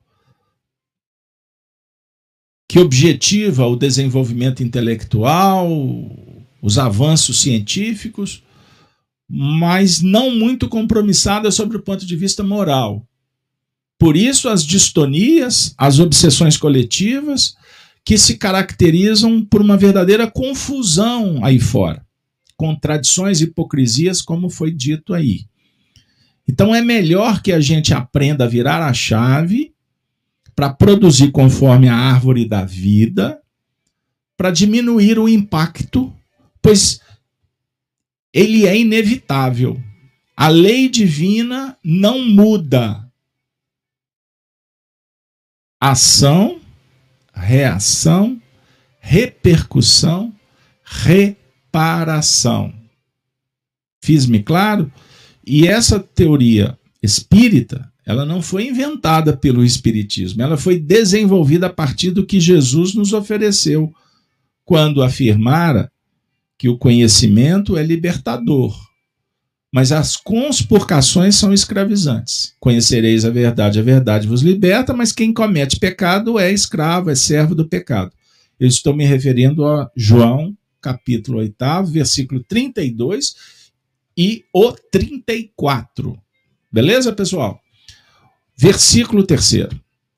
que objetiva o desenvolvimento intelectual, os avanços científicos, mas não muito compromissada sobre o ponto de vista moral. Por isso, as distonias, as obsessões coletivas, que se caracterizam por uma verdadeira confusão aí fora. Contradições e hipocrisias, como foi dito aí. Então, é melhor que a gente aprenda a virar a chave para produzir conforme a árvore da vida, para diminuir o impacto, pois ele é inevitável. A lei divina não muda. Ação, reação, repercussão, reparação. Fiz-me claro? E essa teoria espírita, ela não foi inventada pelo espiritismo, ela foi desenvolvida a partir do que Jesus nos ofereceu, quando afirmara que o conhecimento é libertador, mas as conspurcações são escravizantes. Conhecereis a verdade vos liberta, mas quem comete pecado é escravo, é servo do pecado. Eu estou me referindo a João, capítulo 8, versículo 32 e o 34. Beleza, pessoal? Versículo 3.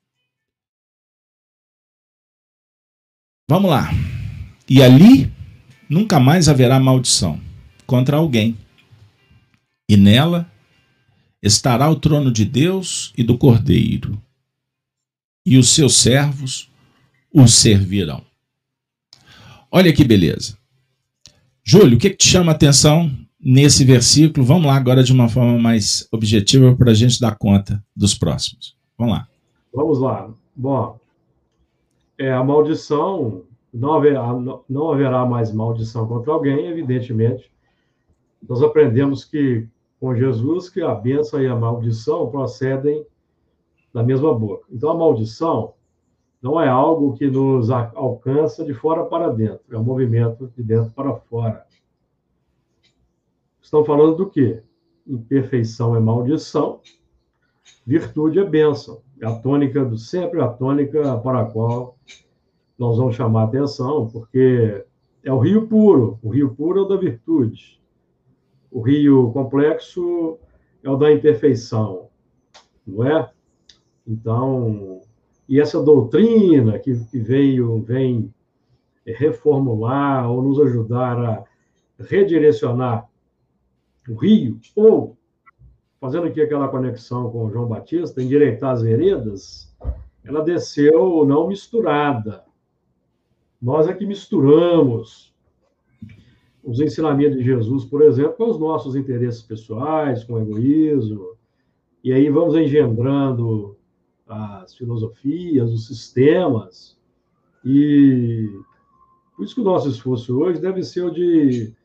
Vamos lá. E ali nunca mais haverá maldição contra alguém. E nela estará o trono de Deus e do Cordeiro, e os seus servos o servirão. Olha que beleza. Júlio, o que te chama a atenção nesse versículo? Vamos lá agora de uma forma mais objetiva para a gente dar conta dos próximos. Vamos lá. Vamos lá. Bom, a maldição, não haverá mais maldição contra alguém, evidentemente. Nós aprendemos que com Jesus que a bênção e a maldição procedem da mesma boca. Então, a maldição não é algo que nos alcança de fora para dentro, é um movimento de dentro para fora. Estão falando do quê? Imperfeição é maldição, virtude é bênção. É a tônica do sempre, a tônica para a qual nós vamos chamar a atenção, porque é o rio puro é o da virtude. O rio complexo é o da imperfeição, não é? Então, e essa doutrina que vem reformular ou nos ajudar a redirecionar o rio, ou, fazendo aqui aquela conexão com João Batista, endireitar as veredas, ela desceu não misturada. Nós é que misturamos os ensinamentos de Jesus, por exemplo, com os nossos interesses pessoais, com o egoísmo, e aí vamos engendrando as filosofias, os sistemas, e por isso que o nosso esforço hoje deve ser o de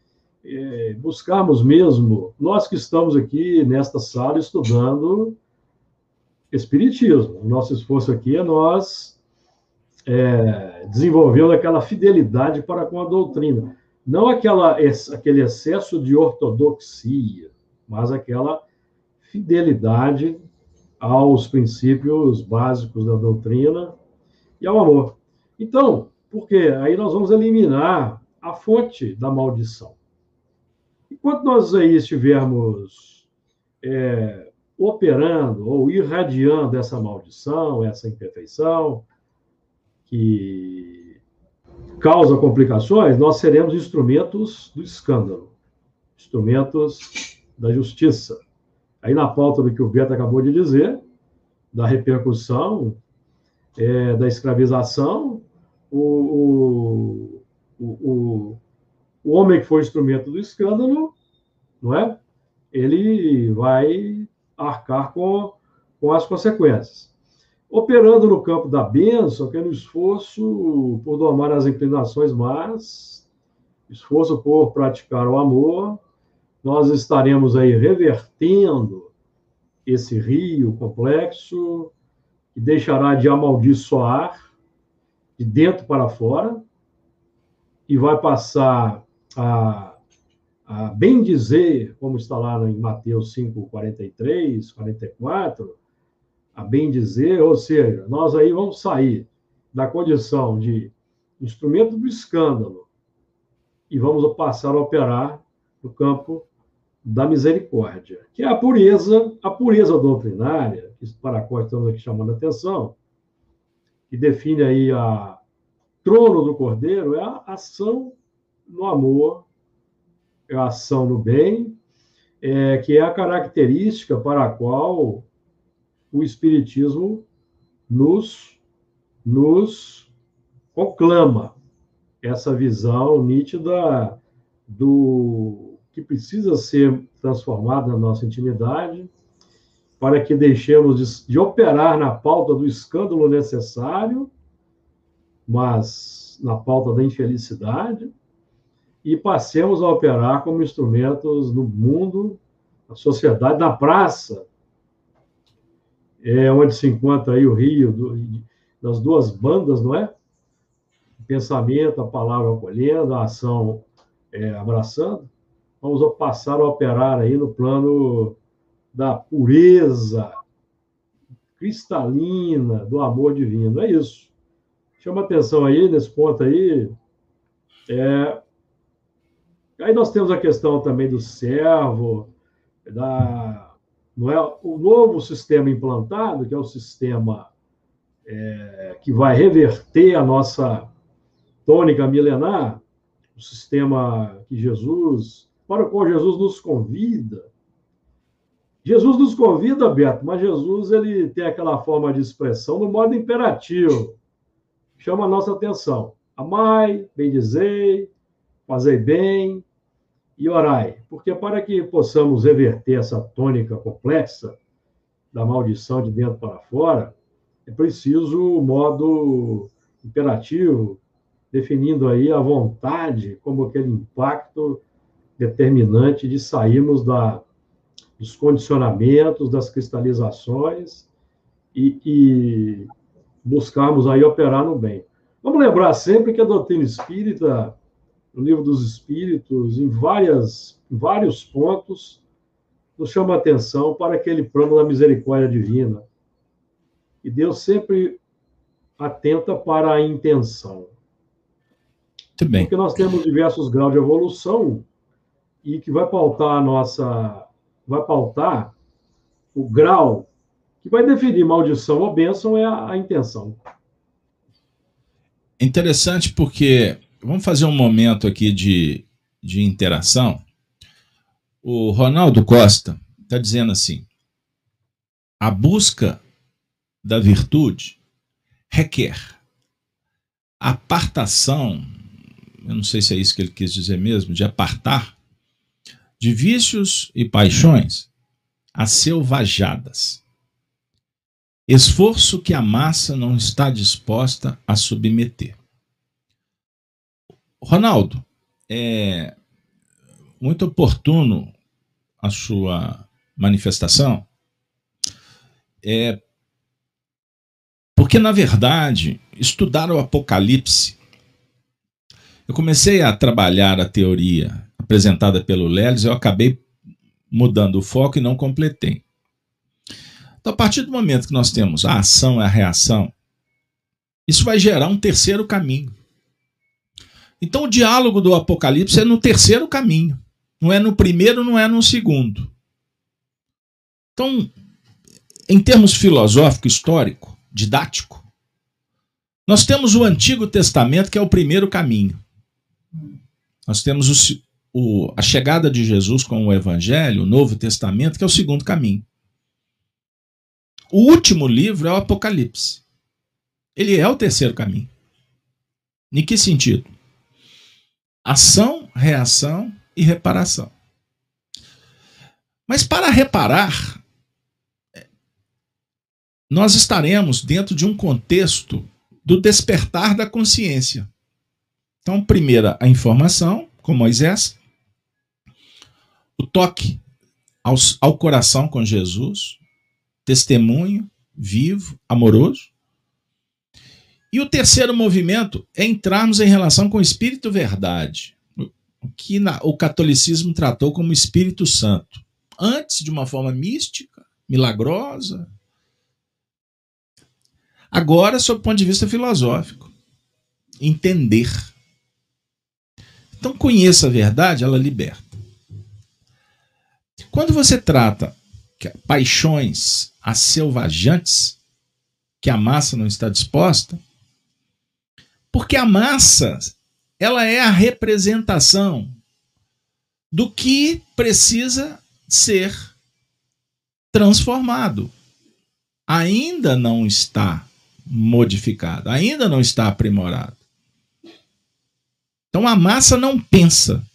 buscarmos mesmo, nós que estamos aqui nesta sala estudando Espiritismo. O nosso esforço aqui é nós desenvolvendo aquela fidelidade para com a doutrina. Não aquele excesso de ortodoxia, mas aquela fidelidade aos princípios básicos da doutrina e ao amor. Então, porque aí nós vamos eliminar a fonte da maldição. Enquanto nós aí estivermos operando ou irradiando essa maldição, essa imperfeição, que causa complicações, nós seremos instrumentos do escândalo, instrumentos da justiça. Aí na pauta do que o Beto acabou de dizer, da repercussão, da escravização, o homem que foi instrumento do escândalo, não é? Ele vai arcar com as consequências. Operando no campo da bênção, que é no esforço por domar as inclinações más, esforço por praticar o amor, nós estaremos aí revertendo esse rio complexo, que deixará de amaldiçoar de dentro para fora, e vai passar a bem dizer, como está lá em Mateus 5, 43, 44, a bem dizer, ou seja, nós aí vamos sair da condição de instrumento do escândalo e vamos passar a operar no campo da misericórdia, que é a pureza doutrinária, para a qual estamos aqui chamando a atenção, que define aí a trono do Cordeiro, é a ação no amor, é a ação no bem, que é a característica para a qual o Espiritismo nos conclama essa visão nítida do que precisa ser transformado na nossa intimidade, para que deixemos de operar na pauta do escândalo necessário, mas na pauta da infelicidade, e passemos a operar como instrumentos no mundo, na sociedade, na praça, onde se encontra aí o rio das duas bandas, não é? O pensamento, a palavra acolhendo, a ação abraçando. Vamos passar a operar aí no plano da pureza cristalina do amor divino. É isso. Chama atenção aí, nesse ponto aí. Aí nós temos a questão também do servo, não é? O novo sistema implantado, que é o sistema que vai reverter a nossa tônica milenar, o sistema para o qual Jesus nos convida. Jesus nos convida, Beto, mas Jesus ele tem aquela forma de expressão no modo imperativo. Chama a nossa atenção. Amai, bendizei, fazei bem e orai. Porque para que possamos reverter essa tônica complexa da maldição de dentro para fora, é preciso o modo imperativo, definindo aí a vontade como aquele impacto determinante de sairmos dos condicionamentos, das cristalizações e buscarmos aí operar no bem. Vamos lembrar sempre que a doutrina espírita, no Livro dos Espíritos, em vários pontos, nos chama a atenção para aquele plano da misericórdia divina. E Deus sempre atenta para a intenção. Muito bem. Porque nós temos diversos graus de evolução e que vai pautar o grau que vai definir maldição ou bênção é a intenção. Interessante porque vamos fazer um momento aqui de interação. O Ronaldo Costa está dizendo assim: a busca da virtude requer apartação, eu não sei se é isso que ele quis dizer mesmo, de apartar, de vícios e paixões acelvajadas. Esforço que a massa não está disposta a submeter. Ronaldo, muito oportuno a sua manifestação, porque, na verdade, estudar o Apocalipse, eu comecei a trabalhar a teoria apresentada pelo Leles, eu acabei mudando o foco e não completei. Então, a partir do momento que nós temos a ação e a reação, isso vai gerar um terceiro caminho. Então, o diálogo do Apocalipse é no terceiro caminho. Não é no primeiro, não é no segundo. Então, em termos filosófico, histórico, didático, nós temos o Antigo Testamento, que é o primeiro caminho. Nós temos a chegada de Jesus com o Evangelho, o Novo Testamento, que é o segundo caminho. O último livro é o Apocalipse. Ele é o terceiro caminho. Em que sentido? Ação, reação e reparação. Mas para reparar, nós estaremos dentro de um contexto do despertar da consciência. Então, primeiro, a informação, com Moisés, o toque ao coração com Jesus, testemunho vivo, amoroso. E o terceiro movimento é entrarmos em relação com o Espírito Verdade, o que o catolicismo tratou como Espírito Santo. Antes, de uma forma mística, milagrosa. Agora, sob o ponto de vista filosófico. Entender. Então, conheça a verdade, ela liberta. Quando você trata paixões asselvajantes, que a massa não está disposta, porque a massa, ela é a representação do que precisa ser transformado. Ainda não está modificado, ainda não está aprimorado. Então a massa não pensa.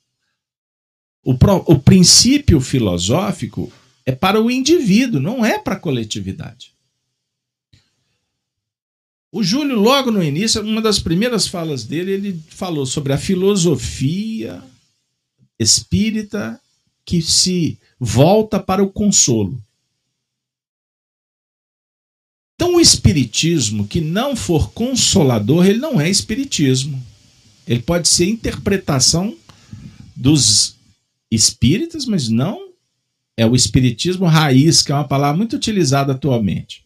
O princípio filosófico é para o indivíduo, não é para a coletividade. O Júlio, logo no início, uma das primeiras falas dele, ele falou sobre a filosofia espírita que se volta para o consolo. Então, o espiritismo que não for consolador, ele não é espiritismo. Ele pode ser interpretação dos espíritas, mas não é o espiritismo raiz, que é uma palavra muito utilizada atualmente.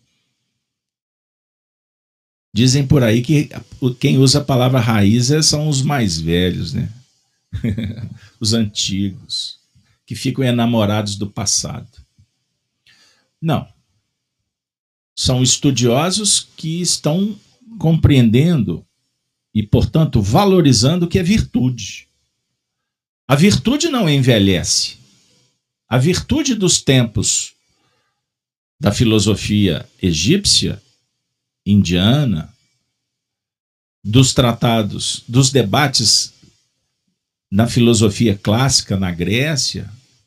Dizem por aí que quem usa a palavra raiz são os mais velhos, né? Os antigos, que ficam enamorados do passado. Não. São estudiosos que estão compreendendo e, portanto, valorizando o que é virtude. A virtude não envelhece. A virtude dos tempos da filosofia egípcia, indiana, dos tratados, dos debates na filosofia clássica na Grécia,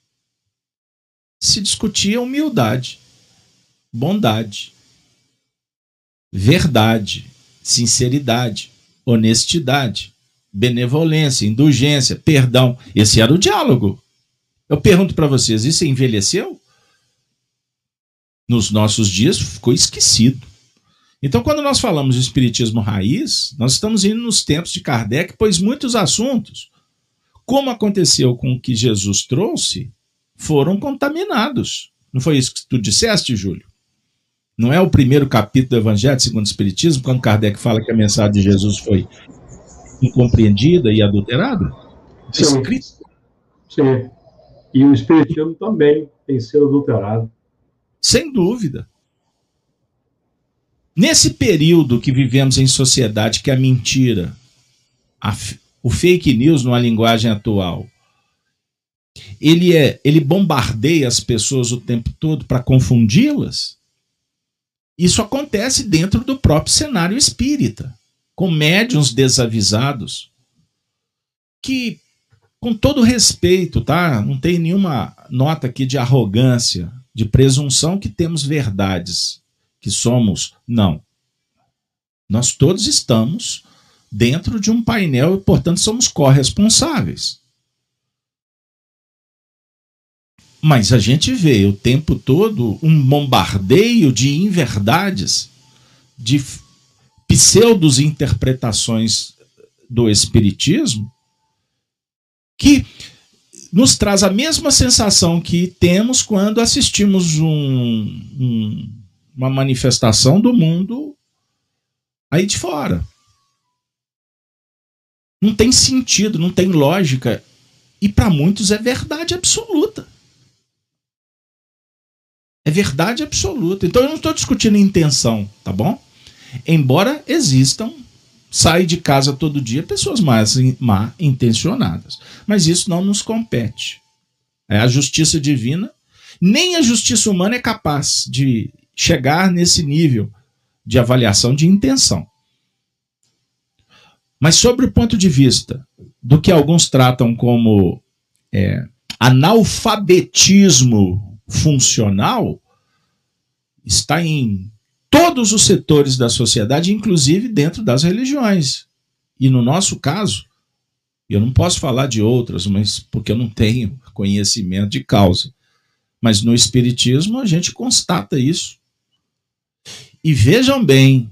se discutia humildade, bondade, verdade, sinceridade, honestidade, benevolência, indulgência, perdão. Esse era o diálogo. Eu pergunto para vocês, isso envelheceu? Nos nossos dias ficou esquecido. Então, quando nós falamos de espiritismo raiz, nós estamos indo nos tempos de Kardec, pois muitos assuntos, como aconteceu com o que Jesus trouxe, foram contaminados. Não foi isso que tu disseste, Júlio? Não é o primeiro capítulo do Evangelho segundo o Espiritismo, quando Kardec fala que a mensagem de Jesus foi incompreendida e adulterada? Sim. Sim. E o Espiritismo também tem sido adulterado. Sem dúvida. Nesse período que vivemos em sociedade, que a mentira, o fake news numa linguagem atual, ele bombardeia as pessoas o tempo todo para confundi-las. Isso acontece dentro do próprio cenário espírita, com médiuns desavisados, que, com todo respeito, tá? Não tem nenhuma nota aqui de arrogância, de presunção que temos verdades, que somos. Não. Nós todos estamos dentro de um painel e, portanto, somos corresponsáveis. Mas a gente vê o tempo todo um bombardeio de inverdades, de pseudos interpretações do espiritismo, que nos traz a mesma sensação que temos quando assistimos uma manifestação do mundo aí de fora. Não tem sentido, não tem lógica. E para muitos é verdade absoluta. É verdade absoluta. Então eu não estou discutindo intenção, tá bom? Embora existam, sai de casa todo dia pessoas mal intencionadas. Mas isso não nos compete. É a justiça divina. Nem a justiça humana é capaz de chegar nesse nível de avaliação de intenção. Mas sobre o ponto de vista do que alguns tratam como analfabetismo funcional, está em todos os setores da sociedade, inclusive dentro das religiões. E no nosso caso, eu não posso falar de outras, mas porque eu não tenho conhecimento de causa. Mas no espiritismo a gente constata isso. E vejam bem,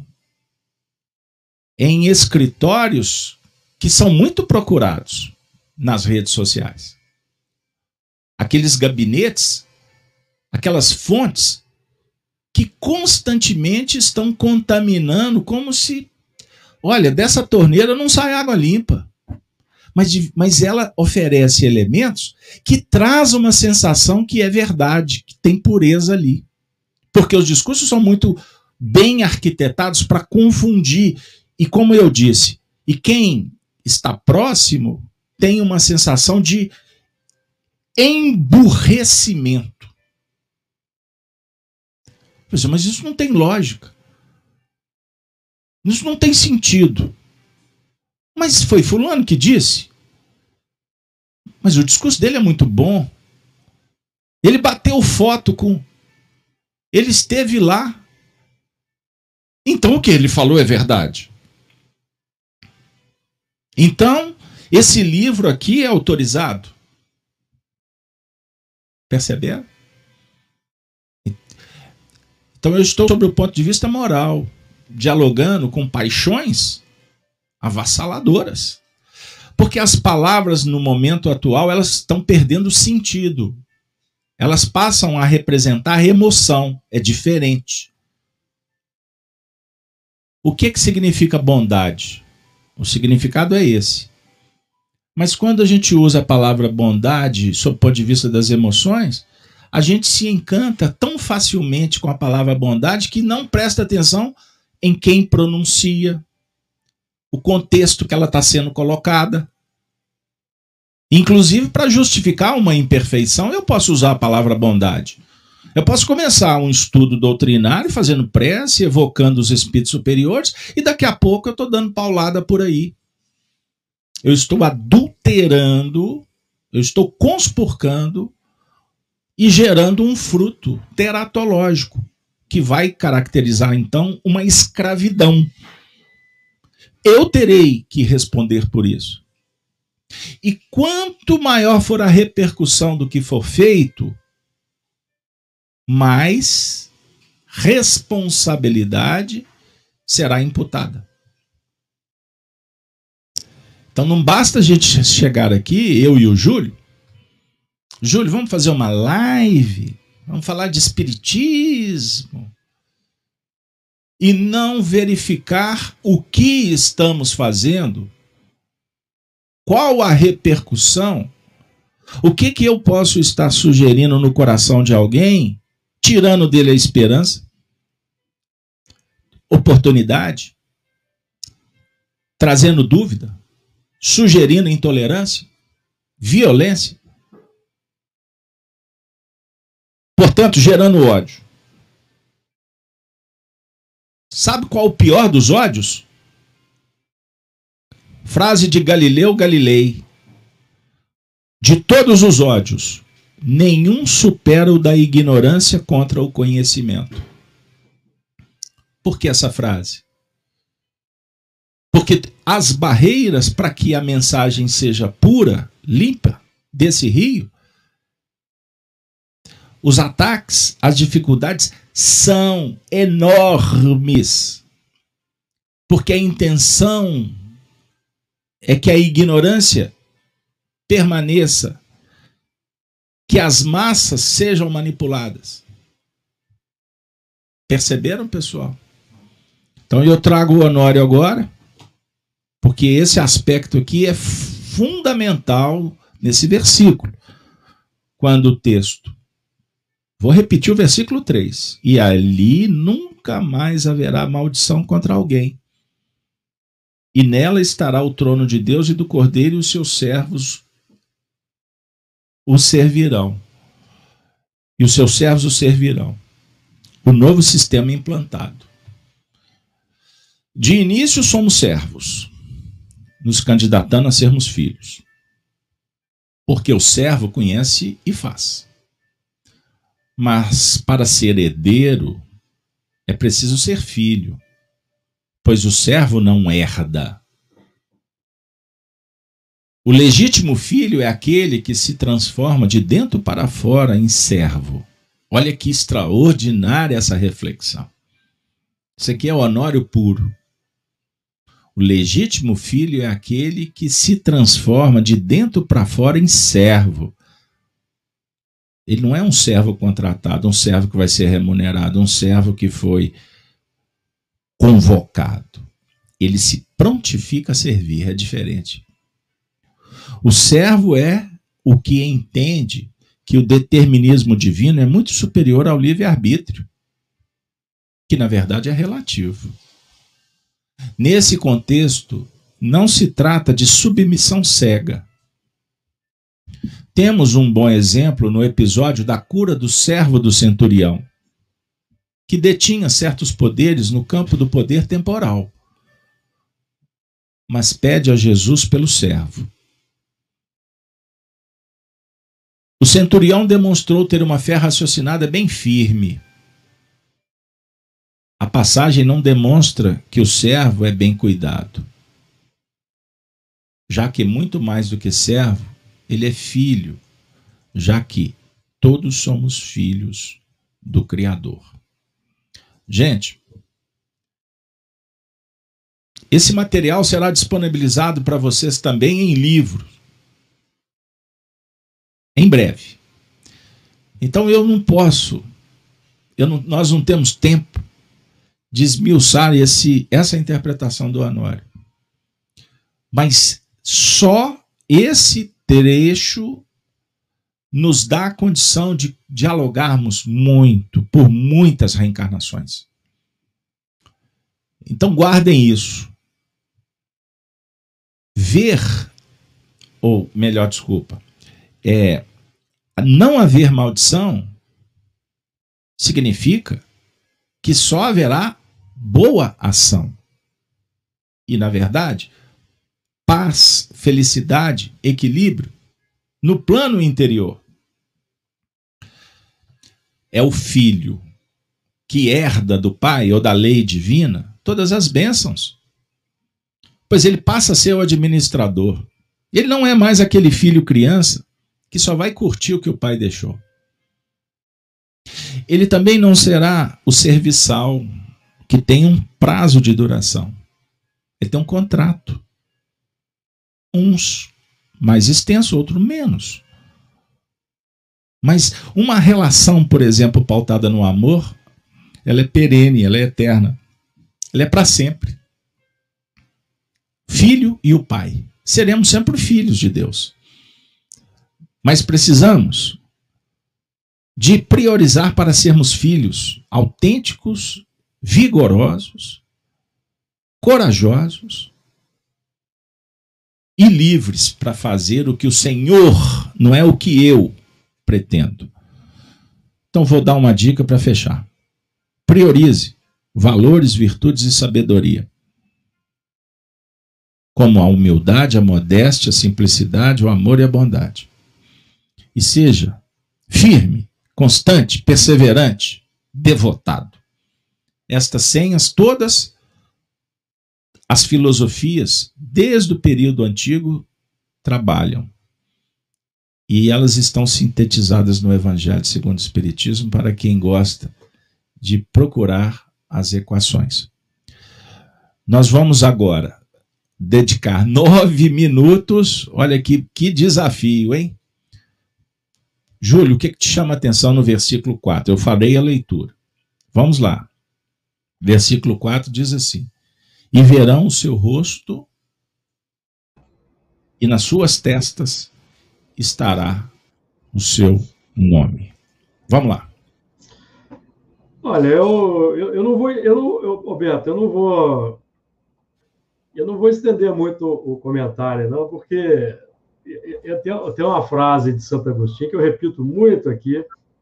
em escritórios que são muito procurados nas redes sociais. Aqueles gabinetes, aquelas fontes que constantemente estão contaminando, como se, olha, dessa torneira não sai água limpa. Mas ela oferece elementos que trazem uma sensação que é verdade, que tem pureza ali. Porque os discursos são muito bem arquitetados para confundir. E como eu disse, e quem está próximo tem uma sensação de emburrecimento. Mas isso não tem lógica. Isso não tem sentido. Mas foi fulano que disse. Mas o discurso dele é muito bom. Ele bateu foto com... Ele esteve lá. Então o que ele falou é verdade. Então, esse livro aqui é autorizado. Perceberam? Então eu estou sobre o ponto de vista moral, dialogando com paixões avassaladoras. Porque as palavras no momento atual, elas estão perdendo sentido. Elas passam a representar emoção, é diferente. O que significa bondade? O significado é esse. Mas quando a gente usa a palavra bondade, sob o ponto de vista das emoções, a gente se encanta tão facilmente com a palavra bondade que não presta atenção em quem pronuncia, o contexto que ela está sendo colocada. Inclusive, para justificar uma imperfeição, eu posso usar a palavra bondade. Eu posso começar um estudo doutrinário, fazendo prece, evocando os espíritos superiores, e daqui a pouco eu estou dando paulada por aí. Eu estou adulterando, eu estou conspurcando e gerando um fruto teratológico, que vai caracterizar, então, uma escravidão. Eu terei que responder por isso. E quanto maior for a repercussão do que for feito, mais responsabilidade será imputada. Então não basta a gente chegar aqui, eu e o Júlio, vamos fazer uma live, vamos falar de espiritismo, e não verificar o que estamos fazendo, qual a repercussão, o que eu posso estar sugerindo no coração de alguém, tirando dele a esperança, oportunidade, trazendo dúvida, sugerindo intolerância, violência, portanto, gerando ódio. Sabe qual o pior dos ódios? Frase de Galileu Galilei: de todos os ódios, nenhum supera o da ignorância contra o conhecimento. Por que essa frase? Porque as barreiras para que a mensagem seja pura, limpa, desse rio, Os ataques, as dificuldades são enormes, porque a intenção é que a ignorância permaneça, que as massas sejam manipuladas. Perceberam, pessoal? Então eu trago o Honório agora, porque esse aspecto aqui é fundamental nesse versículo. Quando o texto... Vou repetir o versículo 3. E ali nunca mais haverá maldição contra alguém. E nela estará o trono de Deus e do Cordeiro, e os seus servos o servirão. E os seus servos o servirão. O novo sistema implantado. De início somos servos, nos candidatando a sermos filhos. Porque o servo conhece e faz. Mas para ser herdeiro é preciso ser filho, pois o servo não herda. O legítimo filho é aquele que se transforma de dentro para fora em servo. Olha que extraordinária essa reflexão. Isso aqui é o Honório puro. O legítimo filho é aquele que se transforma de dentro para fora em servo. Ele não é um servo contratado, um servo que vai ser remunerado, um servo que foi convocado. Ele se prontifica a servir, é diferente. O servo é o que entende que o determinismo divino é muito superior ao livre-arbítrio, que na verdade é relativo. Nesse contexto, não se trata de submissão cega. Temos um bom exemplo no episódio da cura do servo do centurião, que detinha certos poderes no campo do poder temporal, mas pede a Jesus pelo servo. O centurião demonstrou ter uma fé raciocinada bem firme. A passagem não demonstra que o servo é bem cuidado, já que muito mais do que servo, ele é filho, já que todos somos filhos do Criador. Gente, esse material será disponibilizado para vocês também em livro, em breve. Então eu não posso, nós não temos tempo de esmiuçar essa interpretação do Honório. Mas só esse trecho nos dá a condição de dialogarmos muito, por muitas reencarnações. Então guardem isso. Não haver maldição significa que só haverá boa ação. E, na verdade, paz, felicidade, equilíbrio no plano interior. É o filho que herda do pai ou da lei divina todas as bênçãos, pois ele passa a ser o administrador. Ele não é mais aquele filho criança que só vai curtir o que o pai deixou. Ele também não será o serviçal que tem um prazo de duração. Ele tem um contrato. Uns mais extenso, outros menos. Mas uma relação, por exemplo, pautada no amor, ela é perene, ela é eterna. Ela é para sempre. Filho e o pai. Seremos sempre filhos de Deus. Mas precisamos de priorizar para sermos filhos autênticos, vigorosos, corajosos e livres para fazer o que o Senhor, não é o que eu pretendo. Então vou dar uma dica para fechar. Priorize valores, virtudes e sabedoria, como a humildade, a modéstia, a simplicidade, o amor e a bondade. E seja firme, constante, perseverante, devotado. Estas senhas todas, as filosofias, desde o período antigo, trabalham. e elas estão sintetizadas no Evangelho segundo o Espiritismo para quem gosta de procurar as equações. Nós vamos agora dedicar 9 minutos, olha que desafio, hein? Júlio, o que te chama a atenção no versículo 4? Eu farei a leitura. Vamos lá. Versículo 4 diz assim: e verão o seu rosto, e nas suas testas estará o seu nome. Vamos lá. Olha, eu não vou, Roberto, eu não vou estender muito o comentário, não, porque eu tenho uma frase de Santo Agostinho que eu repito muito aqui,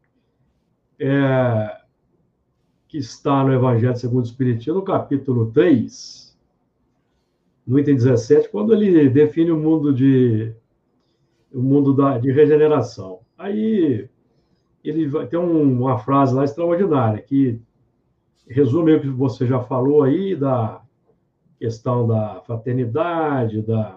que está no Evangelho segundo o Espiritismo, no capítulo 3, no item 17, quando ele define o mundo de regeneração. Aí ele tem uma frase lá extraordinária, que resume o que você já falou aí, da questão da fraternidade,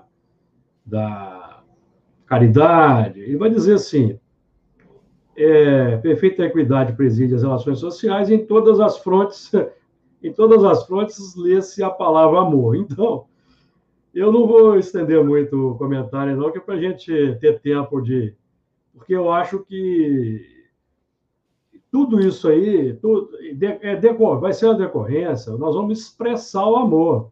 da caridade. Ele vai dizer assim: perfeita equidade preside as relações sociais, em todas as frontes lê-se a palavra amor. Então, eu não vou estender muito o comentário, não, que é para a gente ter tempo de... Porque eu acho que tudo isso aí vai ser uma decorrência, nós vamos expressar o amor.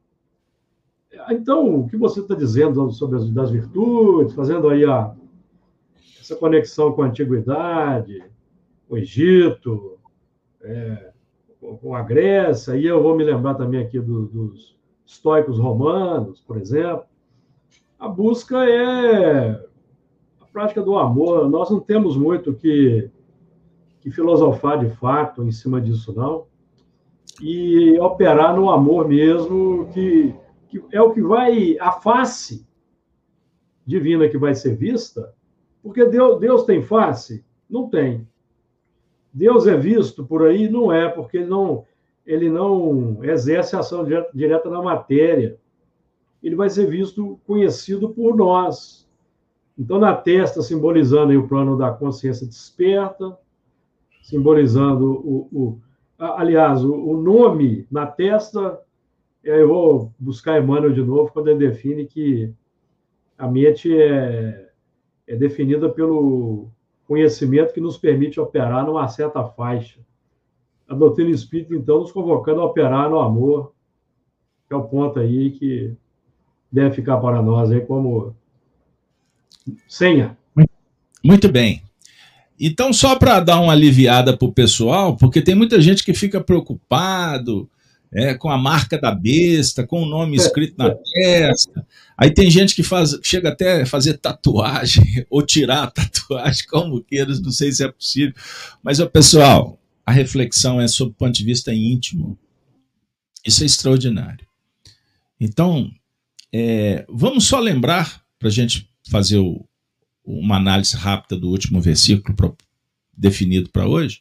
Então, o que você está dizendo sobre das virtudes, fazendo aí essa conexão com a antiguidade, o Egito, com a Grécia, e eu vou me lembrar também aqui dos estoicos romanos, por exemplo. A busca é a prática do amor. Nós não temos muito que filosofar de fato em cima disso, não. E operar no amor mesmo, que é o que vai... A face divina que vai ser vista, porque Deus tem face? Não tem. Deus é visto por aí? Não é, porque ele não exerce ação direta na matéria. Ele vai ser visto, conhecido por nós. Então, na testa, simbolizando aí o plano da consciência desperta, simbolizando aliás, o nome na testa. Eu vou buscar Emmanuel de novo, quando ele define que a mente é definida pelo conhecimento que nos permite operar numa certa faixa. A doutrina espírita, então, nos convocando a operar no amor, que é o ponto aí que deve ficar para nós aí como senha. Muito bem. Então, só para dar uma aliviada para o pessoal, porque tem muita gente que fica preocupado com a marca da besta, com o nome escrito na testa. Aí tem gente que chega até a fazer tatuagem, ou tirar a tatuagem, como queiras, não sei se é possível. Mas, pessoal, a reflexão é sob o ponto de vista íntimo. Isso é extraordinário. Então, vamos só lembrar, para a gente fazer uma análise rápida do último versículo definido para hoje,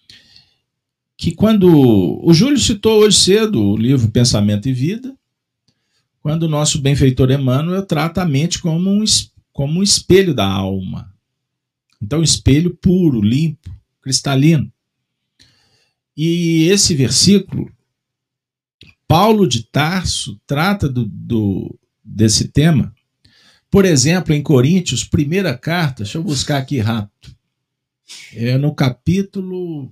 que quando o Júlio citou hoje cedo o livro Pensamento e Vida, quando o nosso benfeitor Emmanuel trata a mente como um espelho da alma. Então, um espelho puro, limpo, cristalino. E esse versículo, Paulo de Tarso trata desse tema. Por exemplo, em Coríntios, primeira carta, deixa eu buscar aqui rápido, no capítulo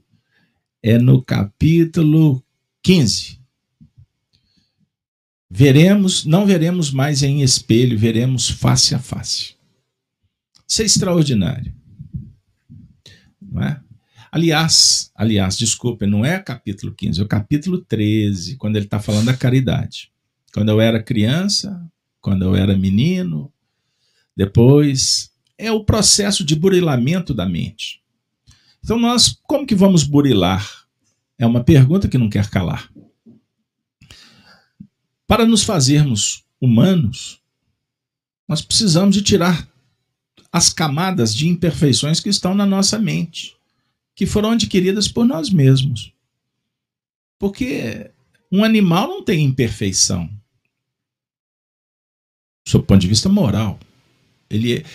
15. Não veremos mais em espelho, veremos face a face. Isso é extraordinário. Não é? Aliás, desculpa, não é capítulo 15, é o capítulo 13, quando ele está falando da caridade. Quando eu era criança, quando eu era menino, depois é o processo de burilamento da mente. Então nós, como que vamos burilar? É uma pergunta que não quer calar. Para nos fazermos humanos, nós precisamos de tirar as camadas de imperfeições que estão na nossa mente, que foram adquiridas por nós mesmos. Porque um animal não tem imperfeição, sob o ponto de vista moral.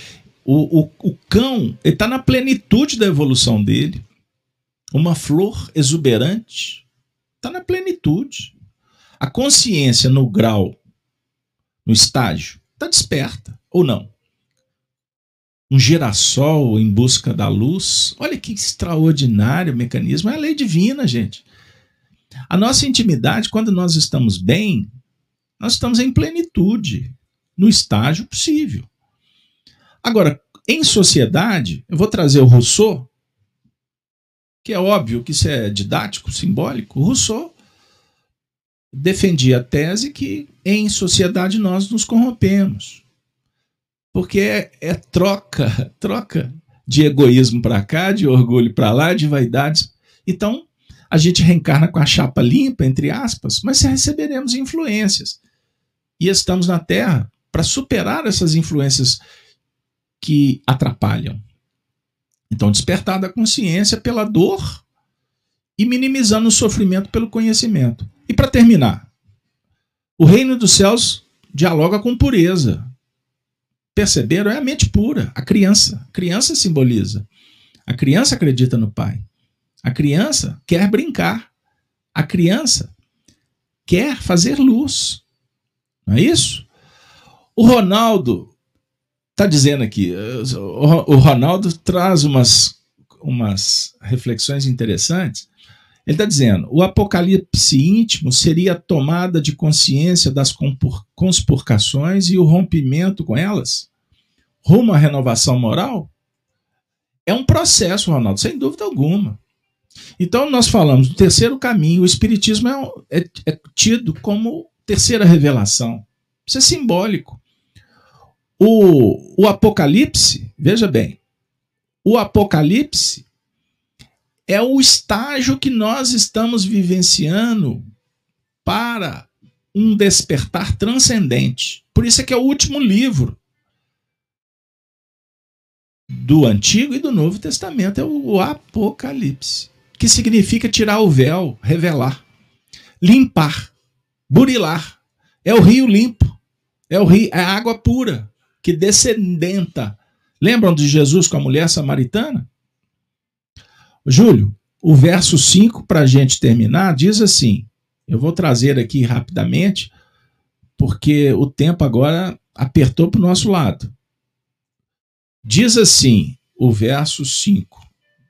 O cão está na plenitude da evolução dele. Uma flor exuberante está na plenitude. A consciência no grau, no estágio, está desperta ou não? Um girassol em busca da luz. Olha que extraordinário mecanismo. É a lei divina, gente. A nossa intimidade, quando nós estamos bem, nós estamos em plenitude, no estágio possível. Agora, em sociedade, eu vou trazer o Rousseau, que é óbvio que isso é didático, simbólico. O Rousseau defendia a tese que em sociedade nós nos corrompemos. Porque é troca de egoísmo para cá, de orgulho para lá, de vaidades. Então, a gente reencarna com a chapa limpa, entre aspas, mas receberemos influências. E estamos na Terra para superar essas influências que atrapalham. Então, despertar da consciência pela dor e minimizando o sofrimento pelo conhecimento. E para terminar, o reino dos céus dialoga com pureza. Perceberam? É a mente pura, a criança. A criança simboliza. A criança acredita no pai. A criança quer brincar. A criança quer fazer luz. Não é isso? O Ronaldo está dizendo aqui, o Ronaldo traz umas reflexões interessantes. Ele está dizendo, o apocalipse íntimo seria a tomada de consciência das conspurcações e o rompimento com elas, rumo à renovação moral? É um processo, Ronaldo, sem dúvida alguma. Então, nós falamos do terceiro caminho. O Espiritismo é tido como terceira revelação. Isso é simbólico. O Apocalipse, veja bem, o Apocalipse é o estágio que nós estamos vivenciando para um despertar transcendente. Por isso é que é o último livro do Antigo e do Novo Testamento, é o Apocalipse, que significa tirar o véu, revelar, limpar, burilar. É o rio limpo, é a água pura que descendenta. Lembram de Jesus com a mulher samaritana? Júlio, o verso 5, para a gente terminar, diz assim, eu vou trazer aqui rapidamente, porque o tempo agora apertou para o nosso lado. Diz assim, o verso 5,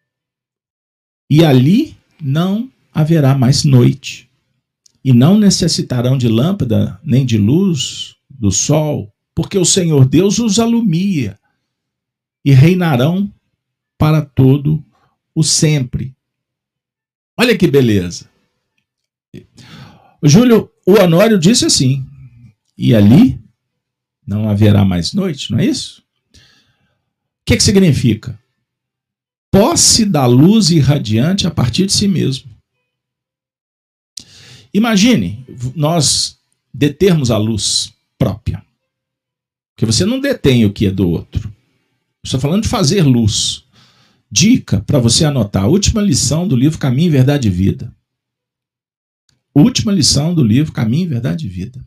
e ali não haverá mais noite, e não necessitarão de lâmpada, nem de luz do sol, porque o Senhor Deus os alumia, e reinarão para todo o sempre. Olha que beleza. O Júlio, o Honório disse assim, e ali não haverá mais noite, não é isso? O que significa? Posse da luz irradiante a partir de si mesmo. Imagine nós determos a luz própria. Porque você não detém o que é do outro. Estou falando de fazer luz. Dica para você anotar. A última lição do livro Caminho, Verdade e Vida. Última lição do livro Caminho, Verdade e Vida.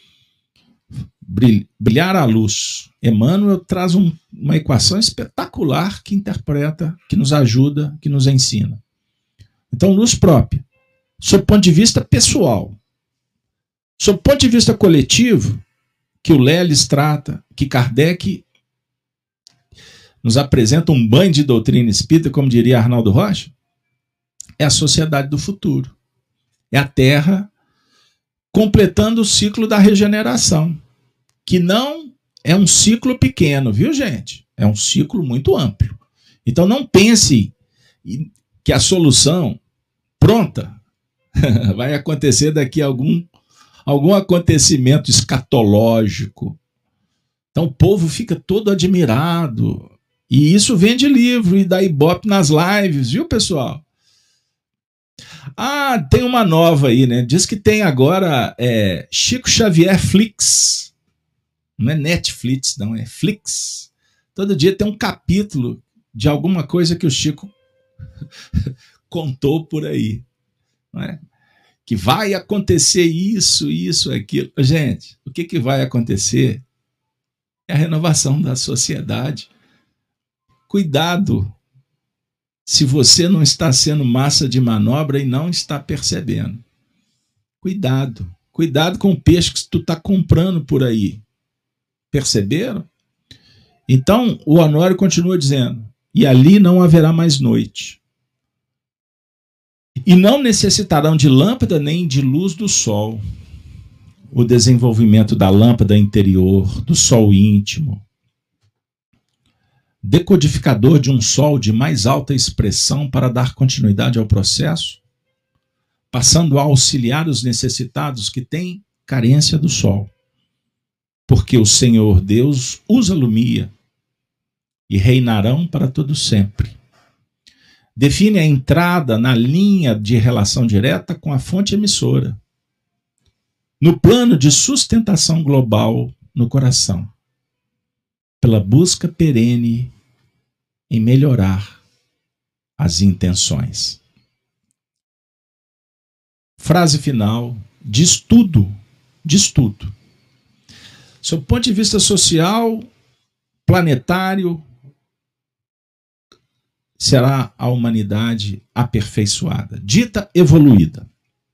Brilhar a luz. Emmanuel traz uma equação espetacular que interpreta, que nos ajuda, que nos ensina. Então, luz própria. Sob o ponto de vista pessoal. Sob o ponto de vista coletivo, que o Leles trata, que Kardec nos apresenta um banho de doutrina espírita, como diria Arnaldo Rocha, é a sociedade do futuro. É a Terra completando o ciclo da regeneração, que não é um ciclo pequeno, viu, gente? É um ciclo muito amplo. Então não pense que a solução pronta vai acontecer daqui a algum acontecimento escatológico. Então o povo fica todo admirado. E isso vem de livro e dá ibope nas lives, viu, pessoal? Ah, tem uma nova aí, né? Diz que tem agora Chico Xavier Flix. Não é Netflix, não, é Flix. Todo dia tem um capítulo de alguma coisa que o Chico contou por aí. Não é? Que vai acontecer isso, aquilo. Gente, o que vai acontecer é a renovação da sociedade. Cuidado se você não está sendo massa de manobra e não está percebendo. Cuidado. Cuidado com o peixe que tu está comprando por aí. Perceberam? Então, o Honório continua dizendo, e ali não haverá mais noite. E não necessitarão de lâmpada nem de luz do sol. O desenvolvimento da lâmpada interior, do sol íntimo, decodificador de um sol de mais alta expressão para dar continuidade ao processo, passando a auxiliar os necessitados que têm carência do sol. Porque o Senhor Deus os alumia e reinarão para todo sempre. Define a entrada na linha de relação direta com a fonte emissora, no plano de sustentação global no coração, pela busca perene em melhorar as intenções. Frase final, diz tudo. Sob o ponto de vista social, planetário, será a humanidade aperfeiçoada, dita evoluída,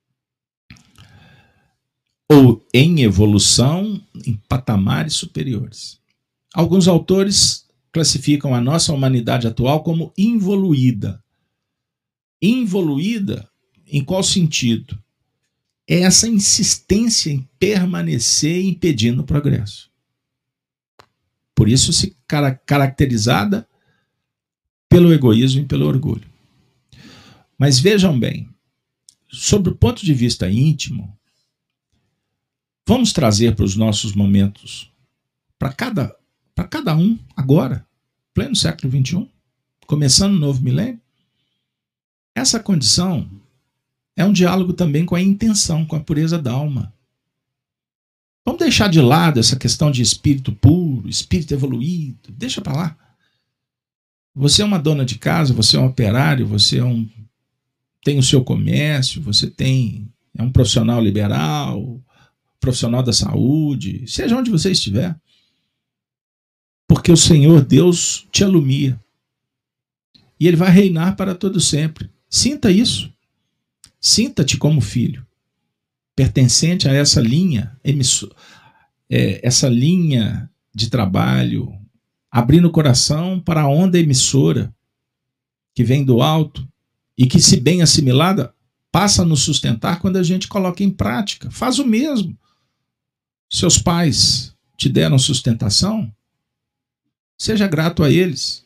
ou em evolução em patamares superiores. Alguns autores classificam a nossa humanidade atual como involuída. Involuída em qual sentido? É essa insistência em permanecer impedindo o progresso. Por isso se caracterizada pelo egoísmo e pelo orgulho. Mas vejam bem, sobre o ponto de vista íntimo, vamos trazer para os nossos momentos, para cada um, agora, pleno século XXI, começando o novo milênio, essa condição é um diálogo também com a intenção, com a pureza da alma. Vamos deixar de lado essa questão de espírito puro, espírito evoluído, deixa para lá. Você é uma dona de casa, você é um operário, você tem o seu comércio, você é um profissional liberal, profissional da saúde, seja onde você estiver. Porque o Senhor Deus te alumia. E Ele vai reinar para todo sempre. Sinta isso. Sinta-te como filho, pertencente a essa linha, essa linha de trabalho, abrindo o coração para a onda emissora que vem do alto e que, se bem assimilada, passa a nos sustentar quando a gente coloca em prática. Faz o mesmo. Seus pais te deram sustentação? Seja grato a eles.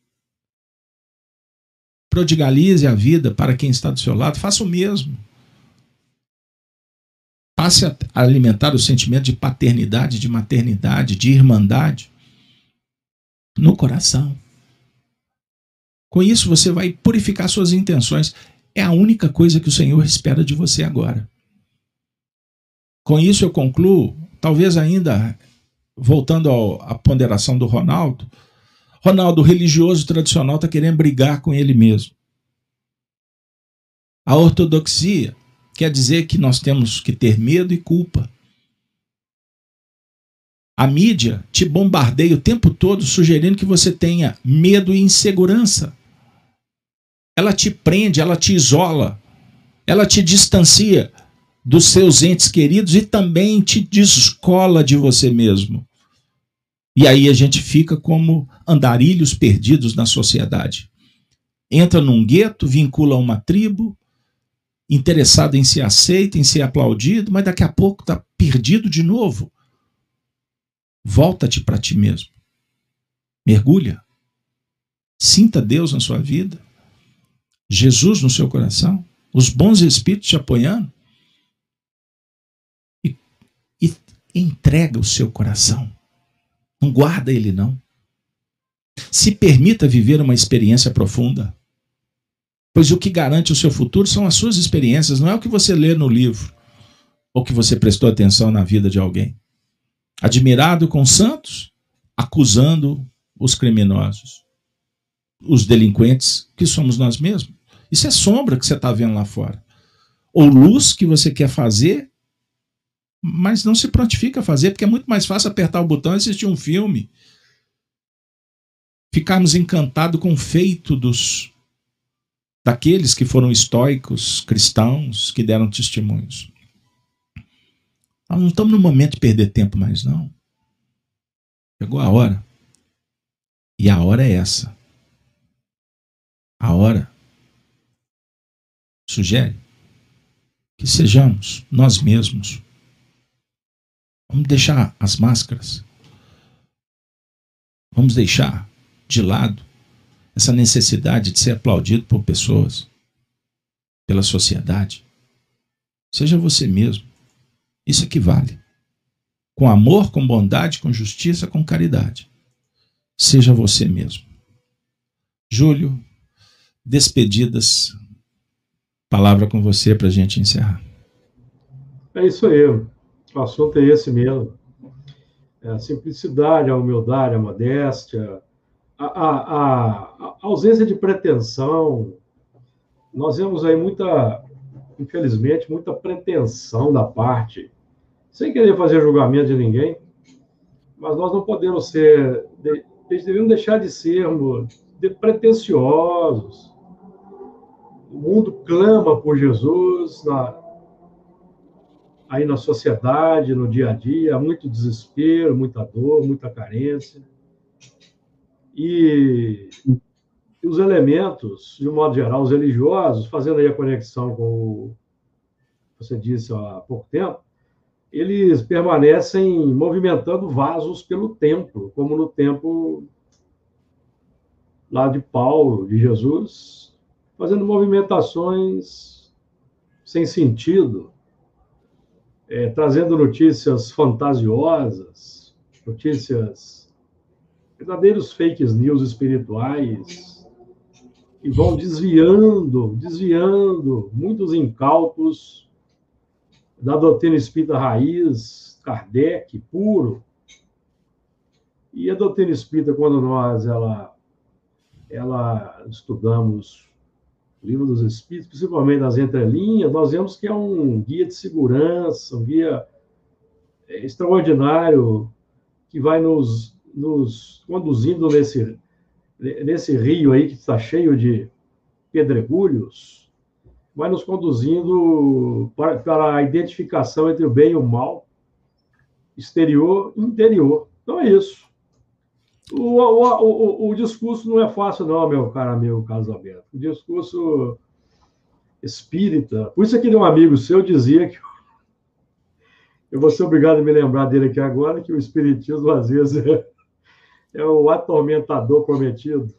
Prodigalize a vida para quem está do seu lado, faça o mesmo. Passe a alimentar o sentimento de paternidade, de maternidade, de irmandade no coração. Com isso você vai purificar suas intenções. É a única coisa que o Senhor espera de você agora. Com isso eu concluo, talvez ainda, voltando à ponderação do Ronaldo, o religioso tradicional está querendo brigar com ele mesmo. A ortodoxia quer dizer que nós temos que ter medo e culpa. A mídia te bombardeia o tempo todo sugerindo que você tenha medo e insegurança. Ela te prende, ela te isola, ela te distancia dos seus entes queridos e também te descola de você mesmo. E aí a gente fica como andarilhos perdidos na sociedade. Entra num gueto, vincula a uma tribo, interessado em ser aceito, em ser aplaudido, mas daqui a pouco está perdido de novo. Volta-te para ti mesmo. Mergulha. Sinta Deus na sua vida. Jesus no seu coração. Os bons espíritos te apoiando. E entrega o seu coração. Não guarda ele, não. Se permita viver uma experiência profunda. Pois o que garante o seu futuro são as suas experiências, não é o que você lê no livro ou que você prestou atenção na vida de alguém. Admirado com os santos, acusando os criminosos, os delinquentes, que somos nós mesmos. Isso é sombra que você está vendo lá fora. Ou luz que você quer fazer, mas não se prontifica a fazer, porque é muito mais fácil apertar o botão e assistir um filme ficarmos encantados com o feito daqueles que foram estoicos, cristãos, que deram testemunhos. Nós não estamos no momento de perder tempo mais, não. Chegou a hora. E a hora é essa. A hora sugere que sejamos nós mesmos. Vamos deixar as máscaras. Vamos deixar de lado essa necessidade de ser aplaudido por pessoas, pela sociedade. Seja você mesmo. Isso equivale. Com amor, com bondade, com justiça, com caridade. Seja você mesmo. Júlio, despedidas. Palavra com você para a gente encerrar. É isso aí. O assunto é esse mesmo. É a simplicidade, a humildade, a modéstia, a ausência de pretensão. Nós vemos aí infelizmente, muita pretensão da parte, sem querer fazer julgamento de ninguém, mas nós não podemos devemos deixar de sermos pretensiosos. O mundo clama por Jesus aí na sociedade, no dia a dia, há muito desespero, muita dor, muita carência. E os elementos, de um modo geral, os religiosos, fazendo aí a conexão com o que você disse há pouco tempo, eles permanecem movimentando vasos pelo templo, como no tempo lá de Paulo, de Jesus, fazendo movimentações sem sentido, trazendo notícias fantasiosas, notícias, verdadeiros fake news espirituais, e vão desviando muitos incautos da doutrina espírita raiz, Kardec, puro. E a doutrina espírita, quando nós estudamos o Livro dos Espíritos, principalmente nas entrelinhas, nós vemos que é um guia de segurança, um guia extraordinário, que vai nos conduzindo nesse rio aí que está cheio de pedregulhos, vai nos conduzindo para a identificação entre o bem e o mal, exterior e interior. Então é isso. O discurso não é fácil, não, meu caro amigo Carlos Alberto. O discurso espírita. Por isso aquele um amigo seu dizia que eu vou ser obrigado a me lembrar dele aqui agora, que o espiritismo, às vezes, é o atormentador prometido.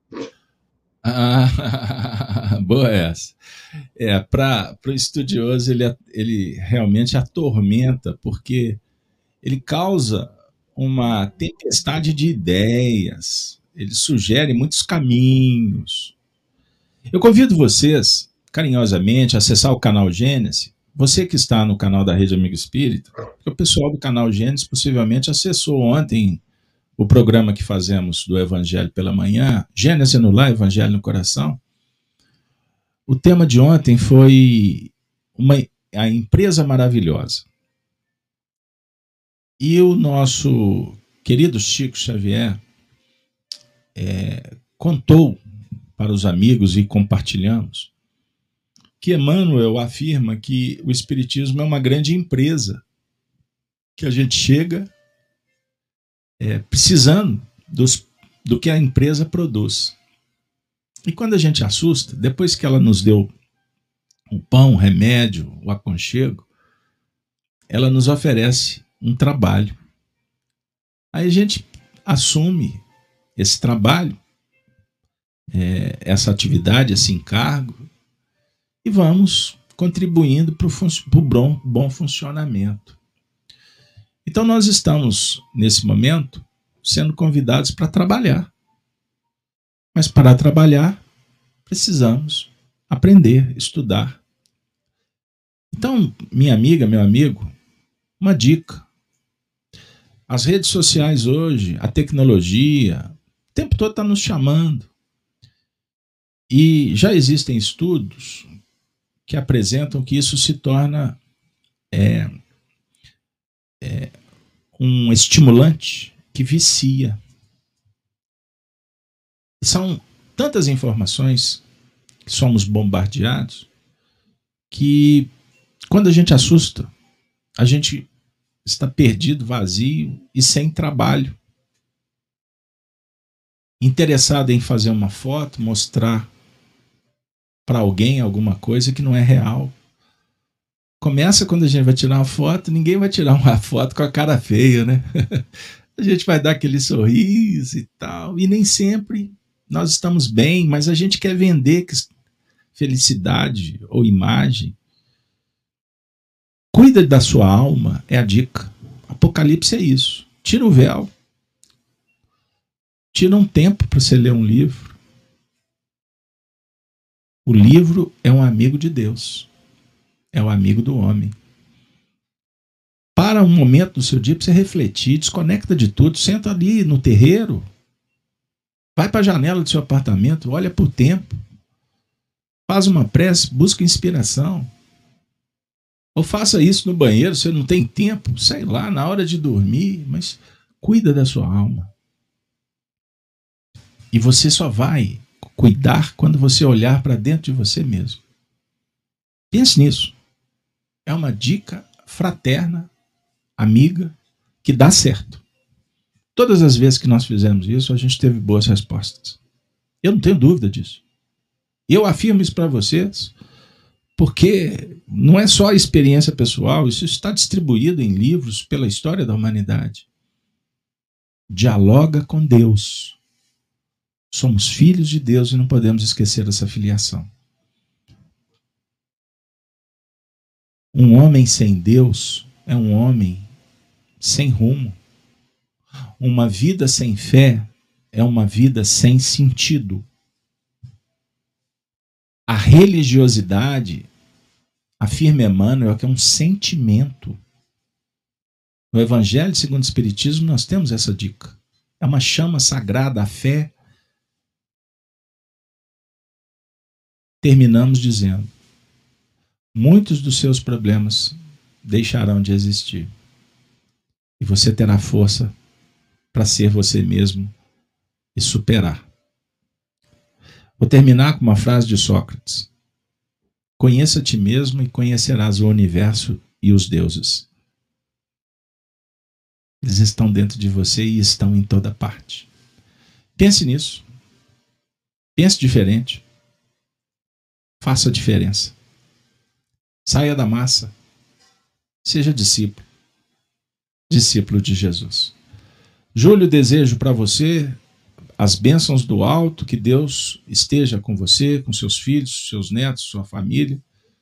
Boa essa. Para o estudioso, ele realmente atormenta, porque ele causa uma tempestade de ideias, ele sugere muitos caminhos. Eu convido vocês, carinhosamente, a acessar o canal Gênesis. Você que está no canal da Rede Amigo Espírita, porque o pessoal do canal Gênesis possivelmente acessou ontem o programa que fazemos do Evangelho pela Manhã, Gênesis no Lar, Evangelho no Coração. O tema de ontem foi a empresa maravilhosa. E o nosso querido Chico Xavier contou para os amigos, e compartilhamos, que Emmanuel afirma que o Espiritismo é uma grande empresa, que a gente chega precisando do que a empresa produz. E quando a gente assusta, depois que ela nos deu o pão, o remédio, o aconchego, ela nos oferece um trabalho. Aí a gente assume esse trabalho, essa atividade, esse encargo, e vamos contribuindo para o bom funcionamento. Então nós estamos, nesse momento, sendo convidados para trabalhar. Mas para trabalhar, precisamos aprender, estudar. Então, minha amiga, meu amigo, uma dica. As redes sociais hoje, a tecnologia, o tempo todo está nos chamando. E já existem estudos que apresentam que isso se torna um estimulante que vicia. São tantas informações que somos bombardeados que quando a gente assusta, a gente está perdido, vazio e sem trabalho. Interessado em fazer uma foto, mostrar para alguém alguma coisa que não é real. Começa quando a gente vai tirar uma foto, ninguém vai tirar uma foto com a cara feia, né? A gente vai dar aquele sorriso e tal, e nem sempre nós estamos bem, mas a gente quer vender felicidade ou imagem. Cuida da sua alma, é a dica. Apocalipse é isso. Tira o véu. Tira um tempo para você ler um livro. O livro é um amigo de Deus. É o amigo do homem. Para um momento do seu dia para você refletir, desconecta de tudo, senta ali no terreiro, vai para a janela do seu apartamento, olha para o tempo, faz uma prece, busca inspiração. Ou faça isso no banheiro, você não tem tempo, sei lá, na hora de dormir, mas cuida da sua alma. E você só vai cuidar quando você olhar para dentro de você mesmo. Pense nisso. É uma dica fraterna, amiga, que dá certo. Todas as vezes que nós fizemos isso, a gente teve boas respostas. Eu não tenho dúvida disso. Eu afirmo isso para vocês, porque não é só a experiência pessoal, isso está distribuído em livros pela história da humanidade. Dialoga com Deus. Somos filhos de Deus e não podemos esquecer essa filiação. Um homem sem Deus é um homem sem rumo. Uma vida sem fé é uma vida sem sentido. A religiosidade, afirma Emmanuel, que é um sentimento. No Evangelho segundo o Espiritismo nós temos essa dica. É uma chama sagrada, a fé. Terminamos dizendo: muitos dos seus problemas deixarão de existir. E você terá força para ser você mesmo e superar. Vou terminar com uma frase de Sócrates: conheça a ti mesmo e conhecerás o universo e os deuses. Eles estão dentro de você e estão em toda parte. Pense nisso. Pense diferente. Faça a diferença. Saia da massa. Seja discípulo. Discípulo de Jesus. Júlio, desejo para você as bênçãos do alto, que Deus esteja com você, com seus filhos, seus netos, sua família.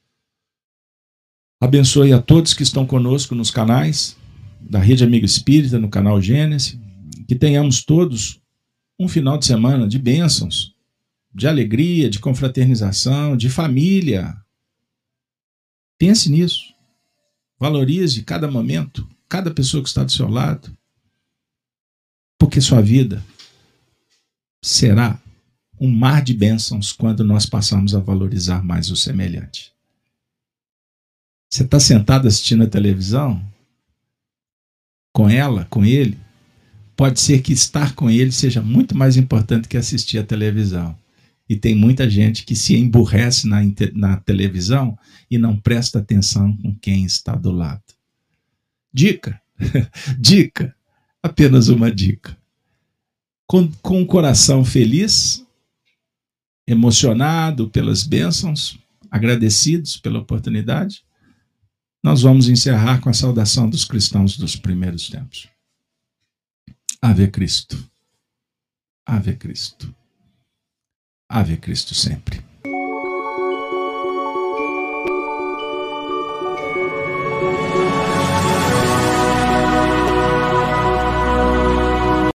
Abençoe a todos que estão conosco nos canais da Rede Amigo Espírita, no canal Gênesis. Que tenhamos todos um final de semana de bênçãos, de alegria, de confraternização, de família. Pense nisso. Valorize cada momento, cada pessoa que está do seu lado, porque sua vida será um mar de bênçãos quando nós passarmos a valorizar mais o semelhante. Você está sentado assistindo a televisão? Com ela, com ele? Pode ser que estar com ele seja muito mais importante que assistir a televisão. E tem muita gente que se emburrece na televisão e não presta atenção com quem está do lado. Dica, dica, apenas uma dica. Com o coração feliz, emocionado pelas bênçãos, agradecidos pela oportunidade, nós vamos encerrar com a saudação dos cristãos dos primeiros tempos. Ave Cristo. Ave Cristo. Ave Cristo sempre.